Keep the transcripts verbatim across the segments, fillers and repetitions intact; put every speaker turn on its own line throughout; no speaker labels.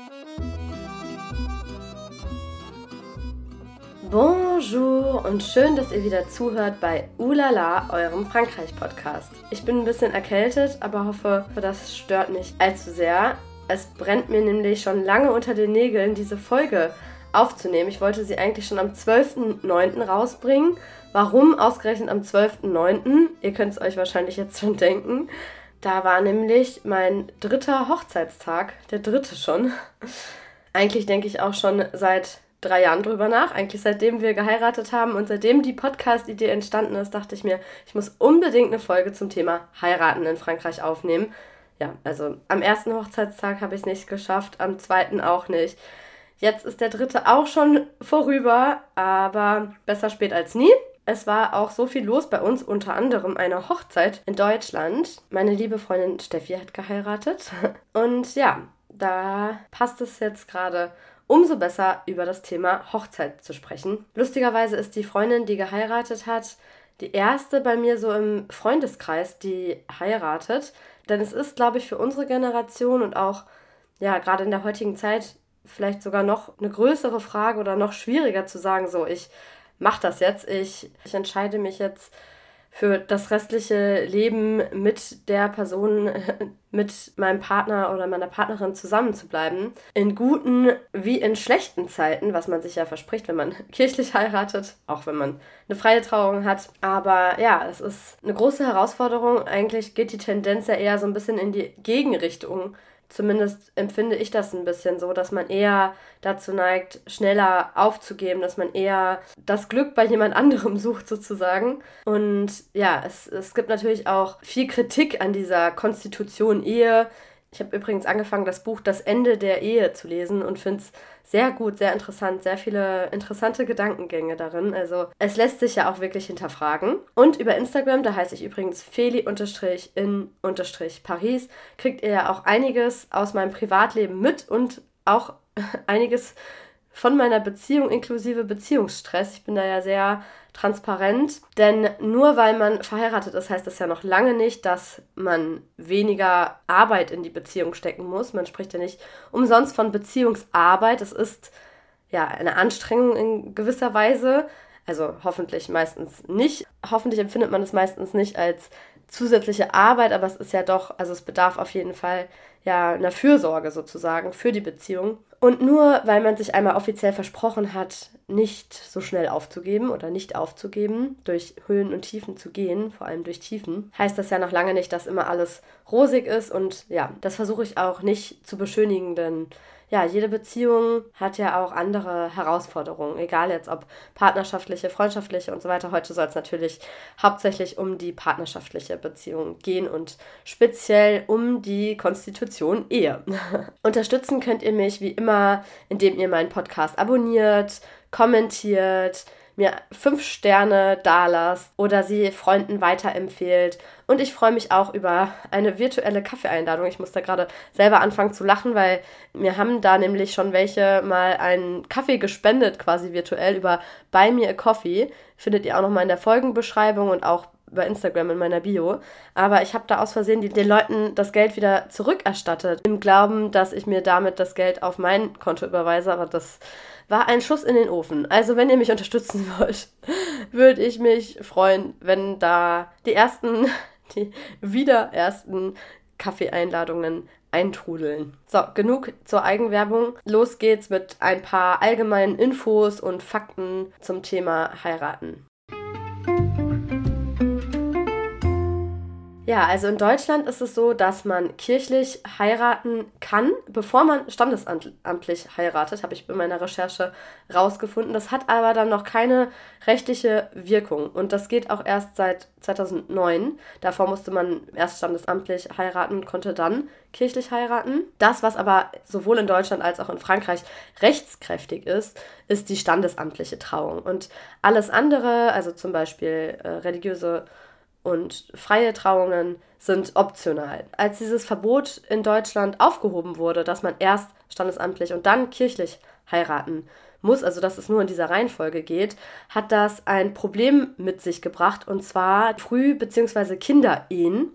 Bonjour und schön, dass ihr wieder zuhört bei Oulala, eurem Frankreich-Podcast. Ich bin ein bisschen erkältet, aber hoffe, das stört nicht allzu sehr. Es brennt mir nämlich schon lange unter den Nägeln, diese Folge aufzunehmen. Ich wollte sie eigentlich schon am zwölften neunten rausbringen. Warum ausgerechnet am zwölften neunten? Ihr könnt es euch wahrscheinlich jetzt schon denken. Da war nämlich mein dritter Hochzeitstag, der dritte schon. Eigentlich denke ich auch schon seit drei Jahren drüber nach, eigentlich seitdem wir geheiratet haben und seitdem die Podcast-Idee entstanden ist, dachte ich mir, ich muss unbedingt eine Folge zum Thema Heiraten in Frankreich aufnehmen. Ja, also am ersten Hochzeitstag habe ich es nicht geschafft, am zweiten auch nicht. Jetzt ist der dritte auch schon vorüber, aber besser spät als nie. Es war auch so viel los bei uns, unter anderem eine Hochzeit in Deutschland. Meine liebe Freundin Steffi hat geheiratet und ja, da passt es jetzt gerade umso besser, über das Thema Hochzeit zu sprechen. Lustigerweise ist die Freundin, die geheiratet hat, die erste bei mir so im Freundeskreis, die heiratet. Denn es ist, glaube ich, für unsere Generation und auch ja gerade in der heutigen Zeit vielleicht sogar noch eine größere Frage oder noch schwieriger zu sagen, so ich mache das jetzt, ich, ich entscheide mich jetzt für das restliche Leben mit der Person, mit meinem Partner oder meiner Partnerin zusammen zu bleiben. In guten wie in schlechten Zeiten, was man sich ja verspricht, wenn man kirchlich heiratet, auch wenn man eine freie Trauung hat. Aber ja, es ist eine große Herausforderung. Eigentlich geht die Tendenz ja eher so ein bisschen in die Gegenrichtung. Zumindest empfinde ich das ein bisschen so, dass man eher dazu neigt, schneller aufzugeben, dass man eher das Glück bei jemand anderem sucht sozusagen. Und ja, es, es gibt natürlich auch viel Kritik an dieser Konstitution Ehe. Ich habe übrigens angefangen, das Buch Das Ende der Ehe zu lesen und finde es sehr gut, sehr interessant, sehr viele interessante Gedankengänge darin. Also es lässt sich ja auch wirklich hinterfragen. Und über Instagram, da heiße ich übrigens Feli-in-Paris, kriegt ihr ja auch einiges aus meinem Privatleben mit und auch einiges von meiner Beziehung inklusive Beziehungsstress. Ich bin da ja sehr transparent, denn nur weil man verheiratet ist, heißt das ja noch lange nicht, dass man weniger Arbeit in die Beziehung stecken muss. Man spricht ja nicht umsonst von Beziehungsarbeit. Es ist ja eine Anstrengung in gewisser Weise, also hoffentlich meistens nicht. Hoffentlich empfindet man es meistens nicht als zusätzliche Arbeit, aber es ist ja doch, also es bedarf auf jeden Fall ja einer Fürsorge sozusagen für die Beziehung. Und nur weil man sich einmal offiziell versprochen hat, nicht so schnell aufzugeben oder nicht aufzugeben, durch Höhen und Tiefen zu gehen, vor allem durch Tiefen, heißt das ja noch lange nicht, dass immer alles rosig ist. Und ja, das versuche ich auch nicht zu beschönigen, denn ja, jede Beziehung hat ja auch andere Herausforderungen, egal jetzt ob partnerschaftliche, freundschaftliche und so weiter. Heute soll es natürlich hauptsächlich um die partnerschaftliche Beziehung gehen und speziell um die Konstitution Ehe. Unterstützen könnt ihr mich wie immer, indem ihr meinen Podcast abonniert, kommentiert, mir fünf Sterne dalasst oder sie Freunden weiterempfehlt. Und ich freue mich auch über eine virtuelle Kaffeeeinladung. Ich muss da gerade selber anfangen zu lachen, weil mir haben da nämlich schon welche mal einen Kaffee gespendet, quasi virtuell über Buy Me a Coffee. Findet ihr auch nochmal in der Folgenbeschreibung und auch über Instagram in meiner Bio. Aber ich habe da aus Versehen die, den Leuten das Geld wieder zurückerstattet, im Glauben, dass ich mir damit das Geld auf mein Konto überweise. Aber das war ein Schuss in den Ofen. Also wenn ihr mich unterstützen wollt, würde ich mich freuen, wenn da die ersten, die wieder ersten Kaffeeeinladungen eintrudeln. So, genug zur Eigenwerbung. Los geht's mit ein paar allgemeinen Infos und Fakten zum Thema Heiraten. Ja, also in Deutschland ist es so, dass man kirchlich heiraten kann, bevor man standesamtlich heiratet, habe ich bei meiner Recherche rausgefunden. Das hat aber dann noch keine rechtliche Wirkung und das geht auch erst seit zweitausendneun. Davor musste man erst standesamtlich heiraten und konnte dann kirchlich heiraten. Das, was aber sowohl in Deutschland als auch in Frankreich rechtskräftig ist, ist die standesamtliche Trauung. Und alles andere, also zum Beispiel äh, religiöse und freie Trauungen, sind optional. Als dieses Verbot in Deutschland aufgehoben wurde, dass man erst standesamtlich und dann kirchlich heiraten muss, also dass es nur in dieser Reihenfolge geht, hat das ein Problem mit sich gebracht, und zwar Früh- bzw. Kinderehen.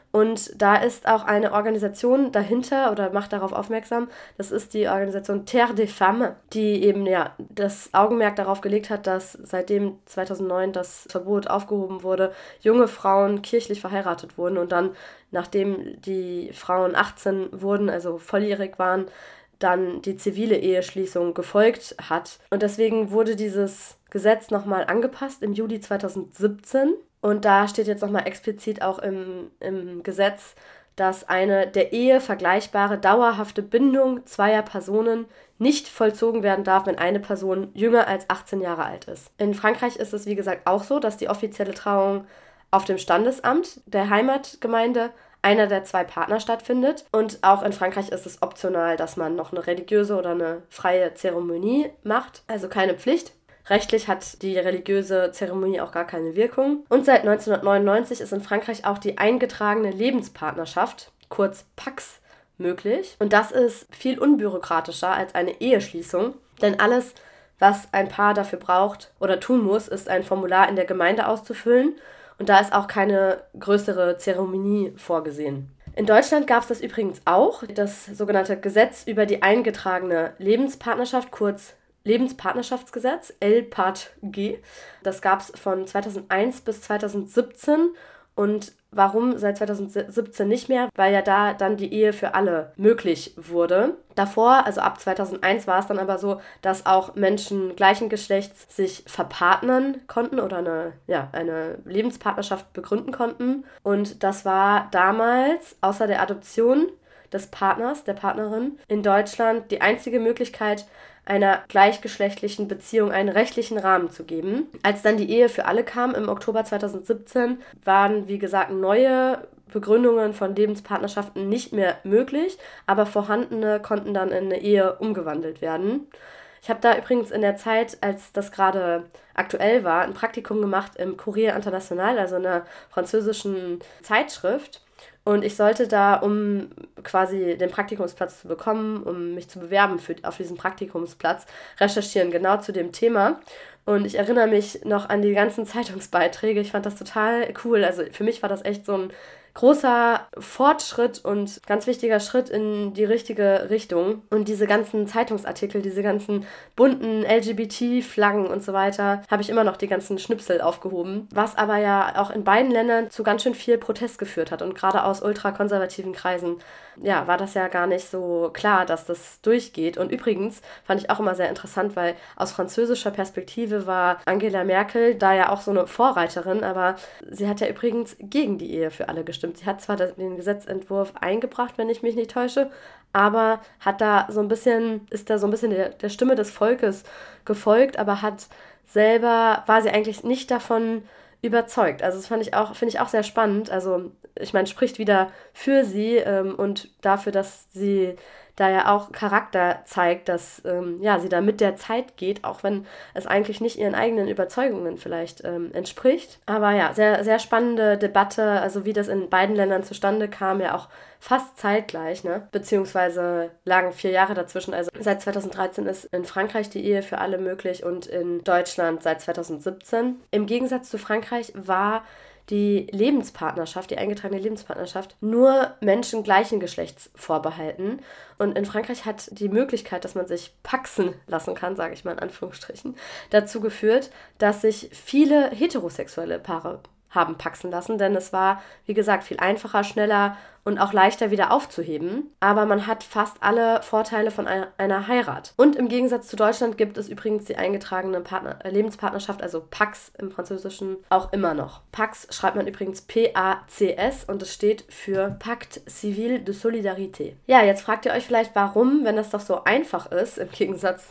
Und da ist auch eine Organisation dahinter oder macht darauf aufmerksam, das ist die Organisation Terre des Femmes, die eben ja das Augenmerk darauf gelegt hat, dass seitdem zweitausendneun das Verbot aufgehoben wurde, junge Frauen kirchlich verheiratet wurden und dann, nachdem die Frauen achtzehn wurden, also volljährig waren, dann die zivile Eheschließung gefolgt hat. Und deswegen wurde dieses Gesetz nochmal angepasst im Juli zweitausendsiebzehn. Und da steht jetzt nochmal explizit auch im, im Gesetz, dass eine der Ehe vergleichbare dauerhafte Bindung zweier Personen nicht vollzogen werden darf, wenn eine Person jünger als achtzehn Jahre alt ist. In Frankreich ist es, wie gesagt, auch so, dass die offizielle Trauung auf dem Standesamt der Heimatgemeinde einer der zwei Partner stattfindet. Und auch in Frankreich ist es optional, dass man noch eine religiöse oder eine freie Zeremonie macht, also keine Pflicht. Rechtlich hat die religiöse Zeremonie auch gar keine Wirkung. Und seit neunzehnhundertneunundneunzig ist in Frankreich auch die eingetragene Lebenspartnerschaft, kurz Pax, möglich. Und das ist viel unbürokratischer als eine Eheschließung, denn alles, was ein Paar dafür braucht oder tun muss, ist ein Formular in der Gemeinde auszufüllen. Und da ist auch keine größere Zeremonie vorgesehen. In Deutschland gab es das übrigens auch, das sogenannte Gesetz über die eingetragene Lebenspartnerschaft, kurz Lebenspartnerschaftsgesetz, L P A T G. Das gab es von zweitausendeins bis zweitausendsiebzehn. Und warum seit zweitausendsiebzehn nicht mehr? Weil ja da dann die Ehe für alle möglich wurde. Davor, also ab zweitausendeins, war es dann aber so, dass auch Menschen gleichen Geschlechts sich verpartnern konnten oder eine, ja, eine Lebenspartnerschaft begründen konnten. Und das war damals, außer der Adoption des Partners, der Partnerin, in Deutschland die einzige Möglichkeit, einer gleichgeschlechtlichen Beziehung einen rechtlichen Rahmen zu geben. Als dann die Ehe für alle kam im Oktober zweitausendsiebzehn, waren, wie gesagt, neue Begründungen von Lebenspartnerschaften nicht mehr möglich, aber vorhandene konnten dann in eine Ehe umgewandelt werden. Ich habe da übrigens in der Zeit, als das gerade aktuell war, ein Praktikum gemacht im Courrier International, also einer französischen Zeitschrift. Und ich sollte da, um quasi den Praktikumsplatz zu bekommen, um mich zu bewerben für, auf diesen Praktikumsplatz, recherchieren, genau zu dem Thema. Und ich erinnere mich noch an die ganzen Zeitungsbeiträge. Ich fand das total cool. Also für mich war das echt so ein großer Fortschritt und ganz wichtiger Schritt in die richtige Richtung. Und diese ganzen Zeitungsartikel, diese ganzen bunten L G B T-Flaggen und so weiter, habe ich immer noch die ganzen Schnipsel aufgehoben. Was aber ja auch in beiden Ländern zu ganz schön viel Protest geführt hat. Und gerade aus ultrakonservativen Kreisen, ja, war das ja gar nicht so klar, dass das durchgeht. Und übrigens fand ich auch immer sehr interessant, weil aus französischer Perspektive war Angela Merkel da ja auch so eine Vorreiterin, aber sie hat ja übrigens gegen die Ehe für alle gestimmt. Sie hat zwar den Gesetzentwurf eingebracht, wenn ich mich nicht täusche, aber hat da so ein bisschen, ist da so ein bisschen der, der Stimme des Volkes gefolgt, aber hat selber, war sie eigentlich nicht davon überzeugt. Also das fand ich auch, finde ich auch sehr spannend. Also ich meine, spricht wieder für sie ähm, und dafür, dass sie da ja auch Charakter zeigt, dass ähm, ja, sie da mit der Zeit geht, auch wenn es eigentlich nicht ihren eigenen Überzeugungen vielleicht ähm, entspricht. Aber ja, sehr, sehr spannende Debatte, also wie das in beiden Ländern zustande kam, ja auch fast zeitgleich, ne? Beziehungsweise lagen vier Jahre dazwischen. Also seit zweitausenddreizehn ist in Frankreich die Ehe für alle möglich und in Deutschland seit zweitausendsiebzehn. Im Gegensatz zu Frankreich war die Lebenspartnerschaft, die eingetragene Lebenspartnerschaft, nur Menschen gleichen Geschlechts vorbehalten. Und in Frankreich hat die Möglichkeit, dass man sich paxen lassen kann, sage ich mal in Anführungsstrichen, dazu geführt, dass sich viele heterosexuelle Paare haben paxen lassen, denn es war, wie gesagt, viel einfacher, schneller und auch leichter wieder aufzuheben. Aber man hat fast alle Vorteile von einer, einer Heirat. Und im Gegensatz zu Deutschland gibt es übrigens die eingetragene Partner, äh, Lebenspartnerschaft, also Pax im Französischen, auch immer noch. Pax schreibt man übrigens P A C S und es steht für Pacte Civil de Solidarité. Ja, jetzt fragt ihr euch vielleicht, warum, wenn das doch so einfach ist, im Gegensatz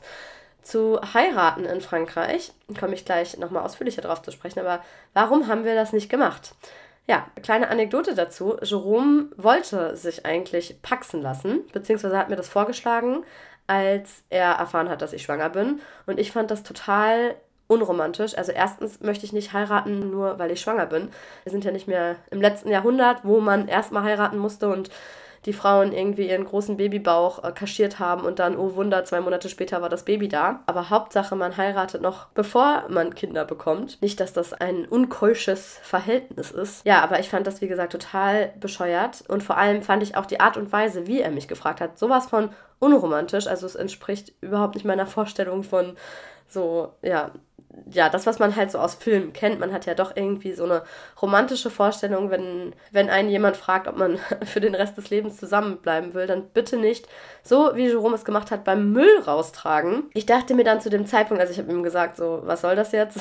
zu heiraten in Frankreich, komme ich gleich nochmal ausführlicher drauf zu sprechen, aber warum haben wir das nicht gemacht? Ja, kleine Anekdote dazu. Jerome wollte sich eigentlich paxen lassen, beziehungsweise hat mir das vorgeschlagen, als er erfahren hat, dass ich schwanger bin. Und ich fand das total unromantisch. Also erstens möchte ich nicht heiraten, nur weil ich schwanger bin. Wir sind ja nicht mehr im letzten Jahrhundert, wo man erstmal heiraten musste und die Frauen irgendwie ihren großen Babybauch äh, kaschiert haben und dann, oh Wunder, zwei Monate später war das Baby da. Aber Hauptsache, man heiratet noch, bevor man Kinder bekommt. Nicht, dass das ein unkeusches Verhältnis ist. Ja, aber ich fand das, wie gesagt, total bescheuert. Und vor allem fand ich auch die Art und Weise, wie er mich gefragt hat, sowas von unromantisch. Also es entspricht überhaupt nicht meiner Vorstellung von so, ja, ja, das, was man halt so aus Filmen kennt. Man hat ja doch irgendwie so eine romantische Vorstellung, wenn, wenn einen jemand fragt, ob man für den Rest des Lebens zusammenbleiben will, dann bitte nicht so, wie Jerome es gemacht hat, beim Müll raustragen. Ich dachte mir dann zu dem Zeitpunkt, also ich habe ihm gesagt, so, was soll das jetzt?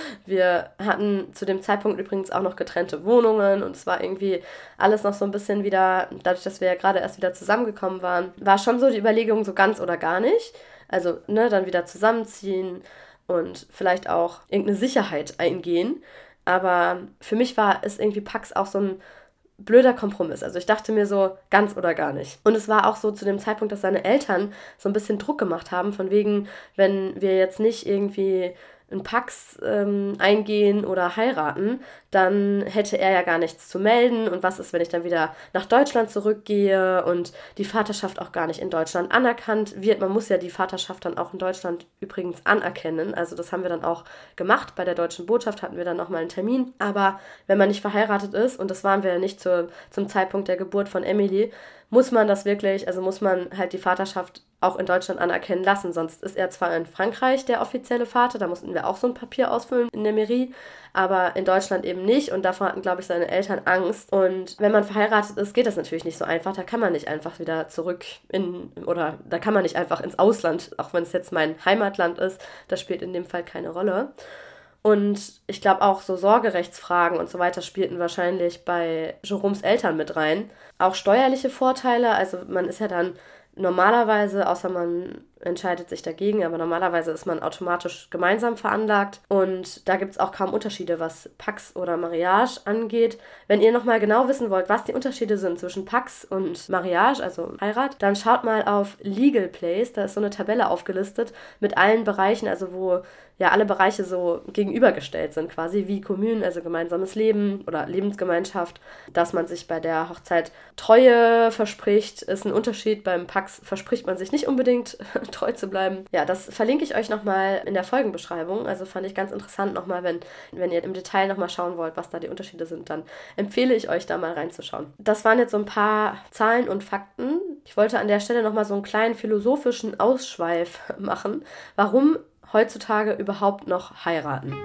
Wir hatten zu dem Zeitpunkt übrigens auch noch getrennte Wohnungen und es war irgendwie alles noch so ein bisschen wieder, dadurch, dass wir ja gerade erst wieder zusammengekommen waren, war schon so die Überlegung, so ganz oder gar nicht. Also, ne, dann wieder zusammenziehen und vielleicht auch irgendeine Sicherheit eingehen. Aber für mich war es irgendwie Pax auch so ein blöder Kompromiss. Also ich dachte mir so, ganz oder gar nicht. Und es war auch so zu dem Zeitpunkt, dass seine Eltern so ein bisschen Druck gemacht haben, von wegen, wenn wir jetzt nicht irgendwie einen Pax ähm, eingehen oder heiraten, dann hätte er ja gar nichts zu melden. Und was ist, wenn ich dann wieder nach Deutschland zurückgehe und die Vaterschaft auch gar nicht in Deutschland anerkannt wird? Man muss ja die Vaterschaft dann auch in Deutschland übrigens anerkennen. Also das haben wir dann auch gemacht. Bei der Deutschen Botschaft hatten wir dann nochmal einen Termin. Aber wenn man nicht verheiratet ist, und das waren wir ja nicht zu, zum Zeitpunkt der Geburt von Emily, muss man das wirklich, also muss man halt die Vaterschaft auch in Deutschland anerkennen lassen. Sonst ist er zwar in Frankreich der offizielle Vater, da mussten wir auch so ein Papier ausfüllen in der Mairie, aber in Deutschland eben nicht und davor hatten, glaube ich, seine Eltern Angst. Und wenn man verheiratet ist, geht das natürlich nicht so einfach. Da kann man nicht einfach wieder zurück in, oder da kann man nicht einfach ins Ausland, auch wenn es jetzt mein Heimatland ist, das spielt in dem Fall keine Rolle. Und ich glaube auch so Sorgerechtsfragen und so weiter spielten wahrscheinlich bei Jeroms Eltern mit rein. Auch steuerliche Vorteile, also man ist ja dann normalerweise, außer man entscheidet sich dagegen, aber normalerweise ist man automatisch gemeinsam veranlagt und da gibt es auch kaum Unterschiede, was Pax oder Mariage angeht. Wenn ihr nochmal genau wissen wollt, was die Unterschiede sind zwischen Pax und Mariage, also Heirat, dann schaut mal auf Legal Place, da ist so eine Tabelle aufgelistet mit allen Bereichen, also wo ja alle Bereiche so gegenübergestellt sind quasi, wie Kommunen, also gemeinsames Leben oder Lebensgemeinschaft, dass man sich bei der Hochzeit Treue verspricht, ist ein Unterschied. Beim Pax verspricht man sich nicht unbedingt treu zu bleiben. Ja, das verlinke ich euch nochmal in der Folgenbeschreibung, also fand ich ganz interessant nochmal, wenn, wenn ihr im Detail nochmal schauen wollt, was da die Unterschiede sind, dann empfehle ich euch da mal reinzuschauen. Das waren jetzt so ein paar Zahlen und Fakten. Ich wollte an der Stelle nochmal so einen kleinen philosophischen Ausschweif machen, warum heutzutage überhaupt noch heiraten.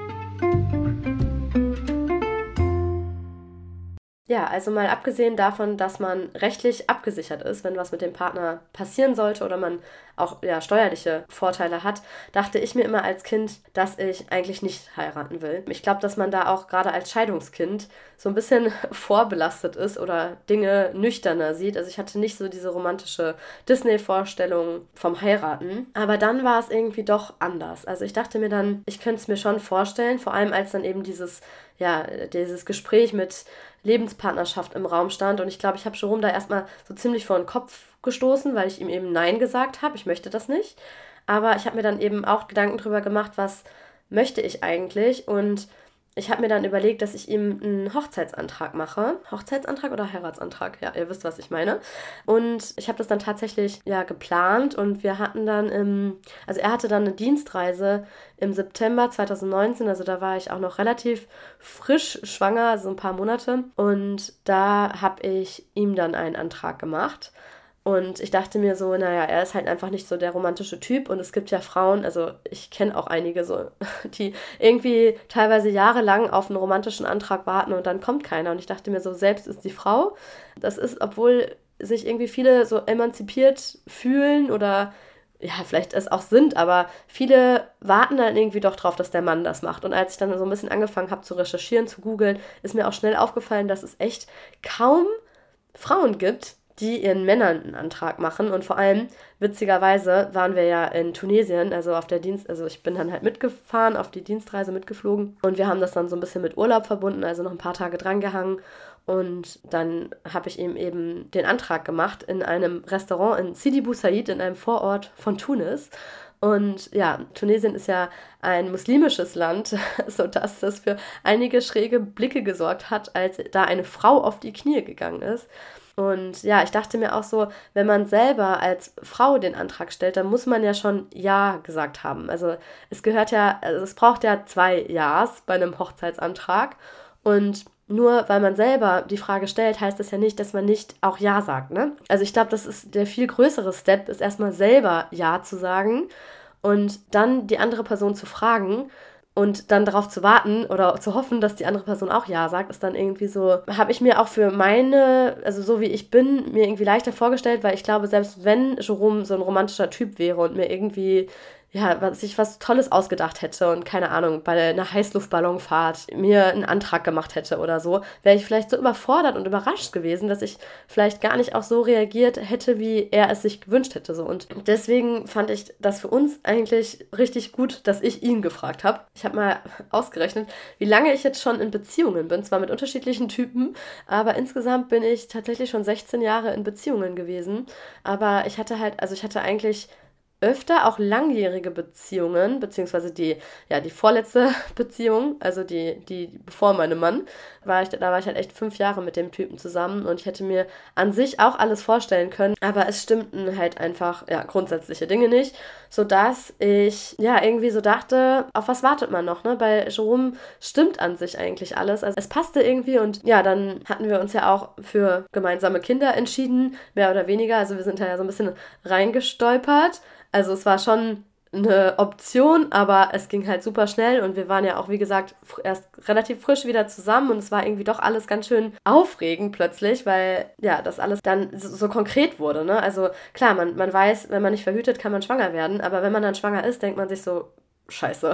Ja, also mal abgesehen davon, dass man rechtlich abgesichert ist, wenn was mit dem Partner passieren sollte oder man auch ja, steuerliche Vorteile hat, dachte ich mir immer als Kind, dass ich eigentlich nicht heiraten will. Ich glaube, dass man da auch gerade als Scheidungskind so ein bisschen vorbelastet ist oder Dinge nüchterner sieht. Also ich hatte nicht so diese romantische Disney-Vorstellung vom Heiraten. Aber dann war es irgendwie doch anders. Also ich dachte mir dann, ich könnte es mir schon vorstellen, vor allem als dann eben dieses, ja, dieses Gespräch mit Lebenspartnerschaft im Raum stand und ich glaube, ich habe Jerome da erstmal so ziemlich vor den Kopf gestoßen, weil ich ihm eben Nein gesagt habe, ich möchte das nicht, aber ich habe mir dann eben auch Gedanken drüber gemacht, was möchte ich eigentlich und ich habe mir dann überlegt, dass ich ihm einen Hochzeitsantrag mache. Hochzeitsantrag oder Heiratsantrag? Ja, ihr wisst, was ich meine. Und ich habe das dann tatsächlich ja geplant und wir hatten dann im, also er hatte dann eine Dienstreise im September zwanzig neunzehn, also da war ich auch noch relativ frisch schwanger, so ein paar Monate. Und da habe ich ihm dann einen Antrag gemacht. Und ich dachte mir so, naja, er ist halt einfach nicht so der romantische Typ und es gibt ja Frauen, also ich kenne auch einige so, die irgendwie teilweise jahrelang auf einen romantischen Antrag warten und dann kommt keiner. Und ich dachte mir so, selbst ist die Frau, das ist, obwohl sich irgendwie viele so emanzipiert fühlen oder ja, vielleicht es auch sind, aber viele warten dann irgendwie doch drauf, dass der Mann das macht. Und als ich dann so ein bisschen angefangen habe zu recherchieren, zu googeln, ist mir auch schnell aufgefallen, dass es echt kaum Frauen gibt, die ihren Männern einen Antrag machen und vor allem, witzigerweise, waren wir ja in Tunesien, also auf der Dienst, also ich bin dann halt mitgefahren, auf die Dienstreise mitgeflogen und wir haben das dann so ein bisschen mit Urlaub verbunden, also noch ein paar Tage drangehangen und dann habe ich ihm eben den Antrag gemacht in einem Restaurant in Sidi Bou Said, in einem Vorort von Tunis. Und ja, Tunesien ist ja ein muslimisches Land, sodass das für einige schräge Blicke gesorgt hat, als da eine Frau auf die Knie gegangen ist. Und ja, ich dachte mir auch so, wenn man selber als Frau den Antrag stellt, dann muss man ja schon Ja gesagt haben. Also es gehört ja, also es braucht ja zwei Ja's bei einem Hochzeitsantrag. Und nur weil man selber die Frage stellt, heißt das ja nicht, dass man nicht auch Ja sagt, ne? Also ich glaube, das ist der viel größere Step, ist erstmal selber Ja zu sagen und dann die andere Person zu fragen. Und dann darauf zu warten oder zu hoffen, dass die andere Person auch Ja sagt, ist dann irgendwie so, habe ich mir auch für meine, also so wie ich bin, mir irgendwie leichter vorgestellt, weil ich glaube, selbst wenn Jerome so ein romantischer Typ wäre und mir irgendwie, ja, was, sich was Tolles ausgedacht hätte und keine Ahnung, bei einer Heißluftballonfahrt mir einen Antrag gemacht hätte oder so, wäre ich vielleicht so überfordert und überrascht gewesen, dass ich vielleicht gar nicht auch so reagiert hätte, wie er es sich gewünscht hätte. So. Und deswegen fand ich das für uns eigentlich richtig gut, dass ich ihn gefragt habe. Ich habe mal ausgerechnet, wie lange ich jetzt schon in Beziehungen bin, zwar mit unterschiedlichen Typen, aber insgesamt bin ich tatsächlich schon sechzehn Jahre in Beziehungen gewesen. Aber ich hatte halt, also ich hatte eigentlich öfter auch langjährige Beziehungen, beziehungsweise die, ja, die vorletzte Beziehung, also die, die bevor meinem Mann, war ich, da war ich halt echt fünf Jahre mit dem Typen zusammen und ich hätte mir an sich auch alles vorstellen können, aber es stimmten halt einfach, ja, grundsätzliche Dinge nicht, sodass ich, ja, irgendwie so dachte, auf was wartet man noch, ne? Bei Jerome stimmt an sich eigentlich alles, also es passte irgendwie und ja, dann hatten wir uns ja auch für gemeinsame Kinder entschieden, mehr oder weniger, also wir sind da ja so ein bisschen reingestolpert. Also es war schon eine Option, aber es ging halt super schnell und wir waren ja auch, wie gesagt, erst relativ frisch wieder zusammen und es war irgendwie doch alles ganz schön aufregend plötzlich, weil ja, das alles dann so, so konkret wurde, ne? Also klar, man, man weiß, wenn man nicht verhütet, kann man schwanger werden, aber wenn man dann schwanger ist, denkt man sich so, Scheiße,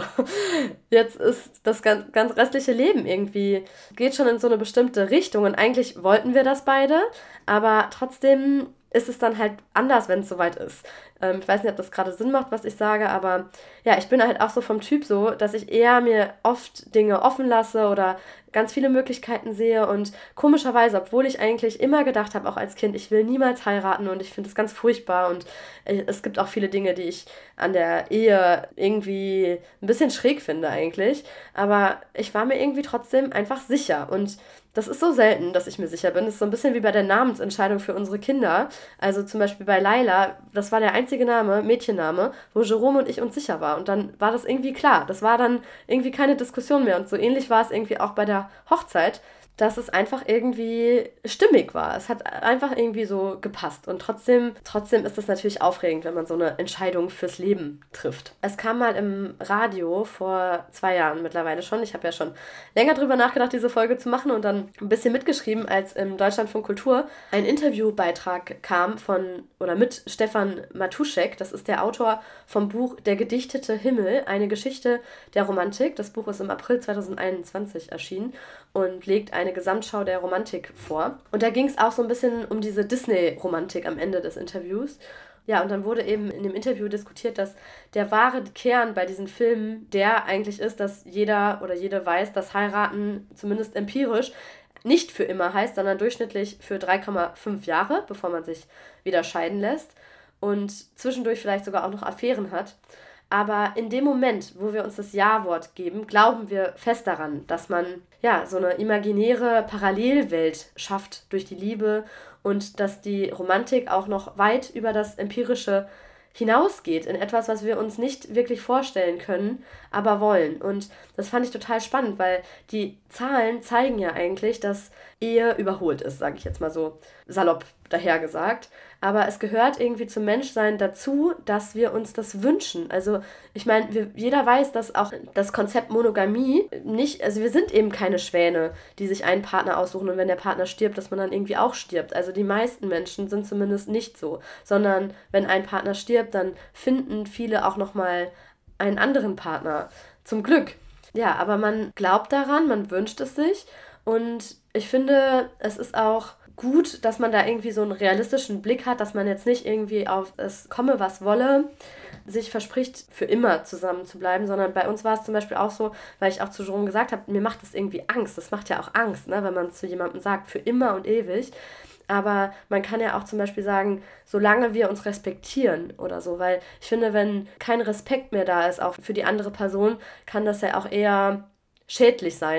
jetzt ist das ganz, ganz restliche Leben irgendwie, geht schon in so eine bestimmte Richtung und eigentlich wollten wir das beide, aber trotzdem ist es dann halt anders, wenn es soweit ist. Ähm, ich weiß nicht, ob das gerade Sinn macht, was ich sage, aber ja, ich bin halt auch so vom Typ so, dass ich eher mir oft Dinge offen lasse oder ganz viele Möglichkeiten sehe und komischerweise, obwohl ich eigentlich immer gedacht habe, auch als Kind, ich will niemals heiraten und ich finde das ganz furchtbar und es gibt auch viele Dinge, die ich an der Ehe irgendwie ein bisschen schräg finde eigentlich, aber ich war mir irgendwie trotzdem einfach sicher und das ist so selten, dass ich mir sicher bin. Das ist so ein bisschen wie bei der Namensentscheidung für unsere Kinder. Also zum Beispiel bei Laila, das war der einzige Name, Mädchenname, wo Jerome und ich uns sicher waren. Und dann war das irgendwie klar. Das war dann irgendwie keine Diskussion mehr. Und so ähnlich war es irgendwie auch bei der Hochzeit, dass es einfach irgendwie stimmig war. Es hat einfach irgendwie so gepasst. Und trotzdem, trotzdem ist es natürlich aufregend, wenn man so eine Entscheidung fürs Leben trifft. Es kam mal im Radio vor zwei Jahren mittlerweile schon. Ich habe ja schon länger drüber nachgedacht, diese Folge zu machen und dann ein bisschen mitgeschrieben, als im Deutschlandfunk Kultur ein Interviewbeitrag kam von oder mit Stefan Matuschek. Das ist der Autor vom Buch Der gedichtete Himmel, eine Geschichte der Romantik. Das Buch ist im April zweitausendeinundzwanzig erschienen und legt eine Gesamtschau der Romantik vor. Und da ging es auch so ein bisschen um diese Disney-Romantik am Ende des Interviews. Ja, und dann wurde eben in dem Interview diskutiert, dass der wahre Kern bei diesen Filmen der eigentlich ist, dass jeder oder jede weiß, dass heiraten zumindest empirisch nicht für immer heißt, sondern durchschnittlich für drei Komma fünf Jahre, bevor man sich wieder scheiden lässt und zwischendurch vielleicht sogar auch noch Affären hat. Aber in dem Moment, wo wir uns das Ja-Wort geben, glauben wir fest daran, dass man ja so eine imaginäre Parallelwelt schafft durch die Liebe und dass die Romantik auch noch weit über das Empirische hinausgeht in etwas, was wir uns nicht wirklich vorstellen können, aber wollen. Und das fand ich total spannend, weil die Zahlen zeigen ja eigentlich, dass Ehe überholt ist, sage ich jetzt mal so salopp dahergesagt. Aber es gehört irgendwie zum Menschsein dazu, dass wir uns das wünschen. Also ich meine, wir, jeder weiß, dass auch das Konzept Monogamie nicht, also wir sind eben keine Schwäne, die sich einen Partner aussuchen und wenn der Partner stirbt, dass man dann irgendwie auch stirbt. Also die meisten Menschen sind zumindest nicht so, sondern wenn ein Partner stirbt, dann finden viele auch nochmal einen anderen Partner. Zum Glück. Ja, aber man glaubt daran, man wünscht es sich und ich finde, es ist auch gut, dass man da irgendwie so einen realistischen Blick hat, dass man jetzt nicht irgendwie auf es komme, was wolle, sich verspricht, für immer zusammen zu bleiben, sondern bei uns war es zum Beispiel auch so, weil ich auch zu Jerome gesagt habe, mir macht das irgendwie Angst. Das macht ja auch Angst, ne, wenn man zu jemandem sagt, für immer und ewig. Aber man kann ja auch zum Beispiel sagen, solange wir uns respektieren oder so, weil ich finde, wenn kein Respekt mehr da ist, auch für die andere Person, kann das ja auch eher schädlich sein,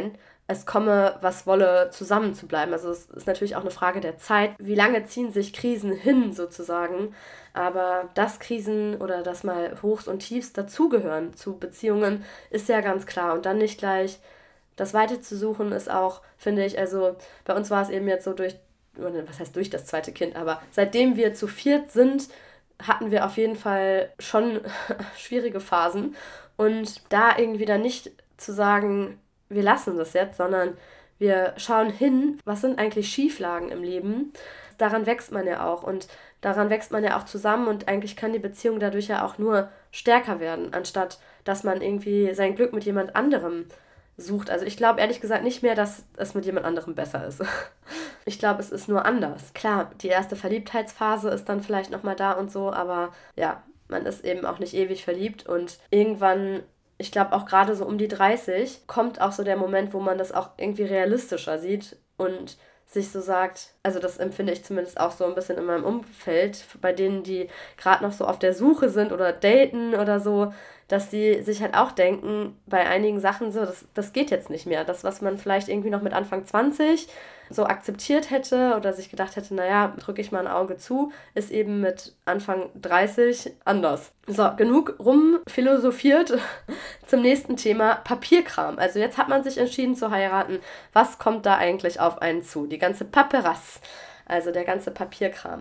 es komme, was wolle, zusammen zu bleiben. Also es ist natürlich auch eine Frage der Zeit. Wie lange ziehen sich Krisen hin sozusagen? Aber dass Krisen oder dass mal Hochs und Tiefs dazugehören zu Beziehungen, ist ja ganz klar. Und dann nicht gleich das Weite zu suchen, ist auch, finde ich, also bei uns war es eben jetzt so durch, was heißt durch das zweite Kind, aber seitdem wir zu viert sind, hatten wir auf jeden Fall schon schwierige Phasen. Und da irgendwie dann nicht zu sagen, wir lassen das jetzt, sondern wir schauen hin, was sind eigentlich Schieflagen im Leben. Daran wächst man ja auch und daran wächst man ja auch zusammen und eigentlich kann die Beziehung dadurch ja auch nur stärker werden, anstatt dass man irgendwie sein Glück mit jemand anderem sucht. Also ich glaube ehrlich gesagt nicht mehr, dass es mit jemand anderem besser ist. Ich glaube, es ist nur anders. Klar, die erste Verliebtheitsphase ist dann vielleicht nochmal da und so, aber ja, man ist eben auch nicht ewig verliebt und irgendwann, ich glaube auch gerade so um die dreißig, kommt auch so der Moment, wo man das auch irgendwie realistischer sieht und sich so sagt, also das empfinde ich zumindest auch so ein bisschen in meinem Umfeld, bei denen, die gerade noch so auf der Suche sind oder daten oder so, dass die sich halt auch denken, bei einigen Sachen so, das, das geht jetzt nicht mehr. Das, was man vielleicht irgendwie noch mit Anfang zwanzig so akzeptiert hätte oder sich gedacht hätte, naja, drücke ich mal ein Auge zu, ist eben mit Anfang dreißig anders. So, genug rumphilosophiert zum nächsten Thema, Papierkram. Also jetzt hat man sich entschieden zu heiraten. Was kommt da eigentlich auf einen zu? Die ganze Paperasse, also der ganze Papierkram.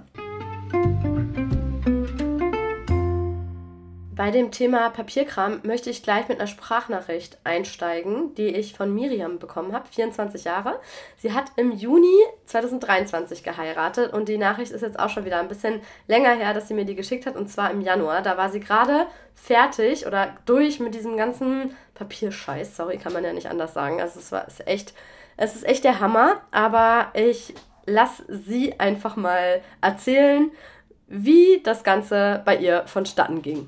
Bei dem Thema Papierkram möchte ich gleich mit einer Sprachnachricht einsteigen, die ich von Miriam bekommen habe, vierundzwanzig Jahre. Sie hat im Juni zweitausenddreiundzwanzig geheiratet und die Nachricht ist jetzt auch schon wieder ein bisschen länger her, dass sie mir die geschickt hat, und zwar im Januar. Da war sie gerade fertig oder durch mit diesem ganzen Papierscheiß. Sorry, kann man ja nicht anders sagen. Also es war ist echt, es ist echt der Hammer, aber ich lasse sie einfach mal erzählen, wie das Ganze bei ihr vonstatten ging.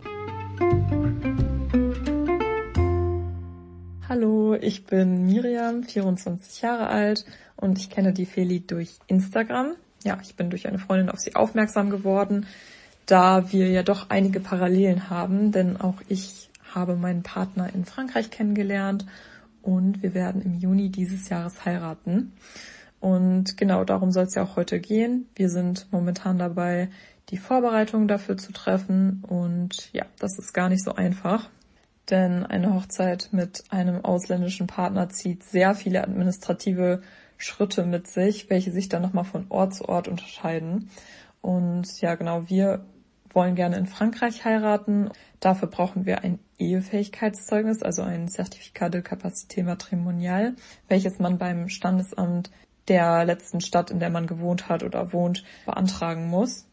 Hallo, ich bin Miriam, vierundzwanzig Jahre alt und ich kenne die Feli durch Instagram. Ja, ich bin durch eine Freundin auf sie aufmerksam geworden, da wir ja doch einige Parallelen haben, denn auch ich habe meinen Partner in Frankreich kennengelernt und wir werden im Juni dieses Jahres heiraten. Und genau darum soll es ja auch heute gehen. Wir sind momentan dabei, die Vorbereitungen dafür zu treffen und ja, das ist gar nicht so einfach. Denn eine Hochzeit mit einem ausländischen Partner zieht sehr viele administrative Schritte mit sich, welche sich dann nochmal von Ort zu Ort unterscheiden. Und ja, genau, wir wollen gerne in Frankreich heiraten. Dafür brauchen wir ein Ehefähigkeitszeugnis, also ein Certificat de Capacité Matrimoniale, welches man beim Standesamt der letzten Stadt, in der man gewohnt hat oder wohnt, beantragen muss.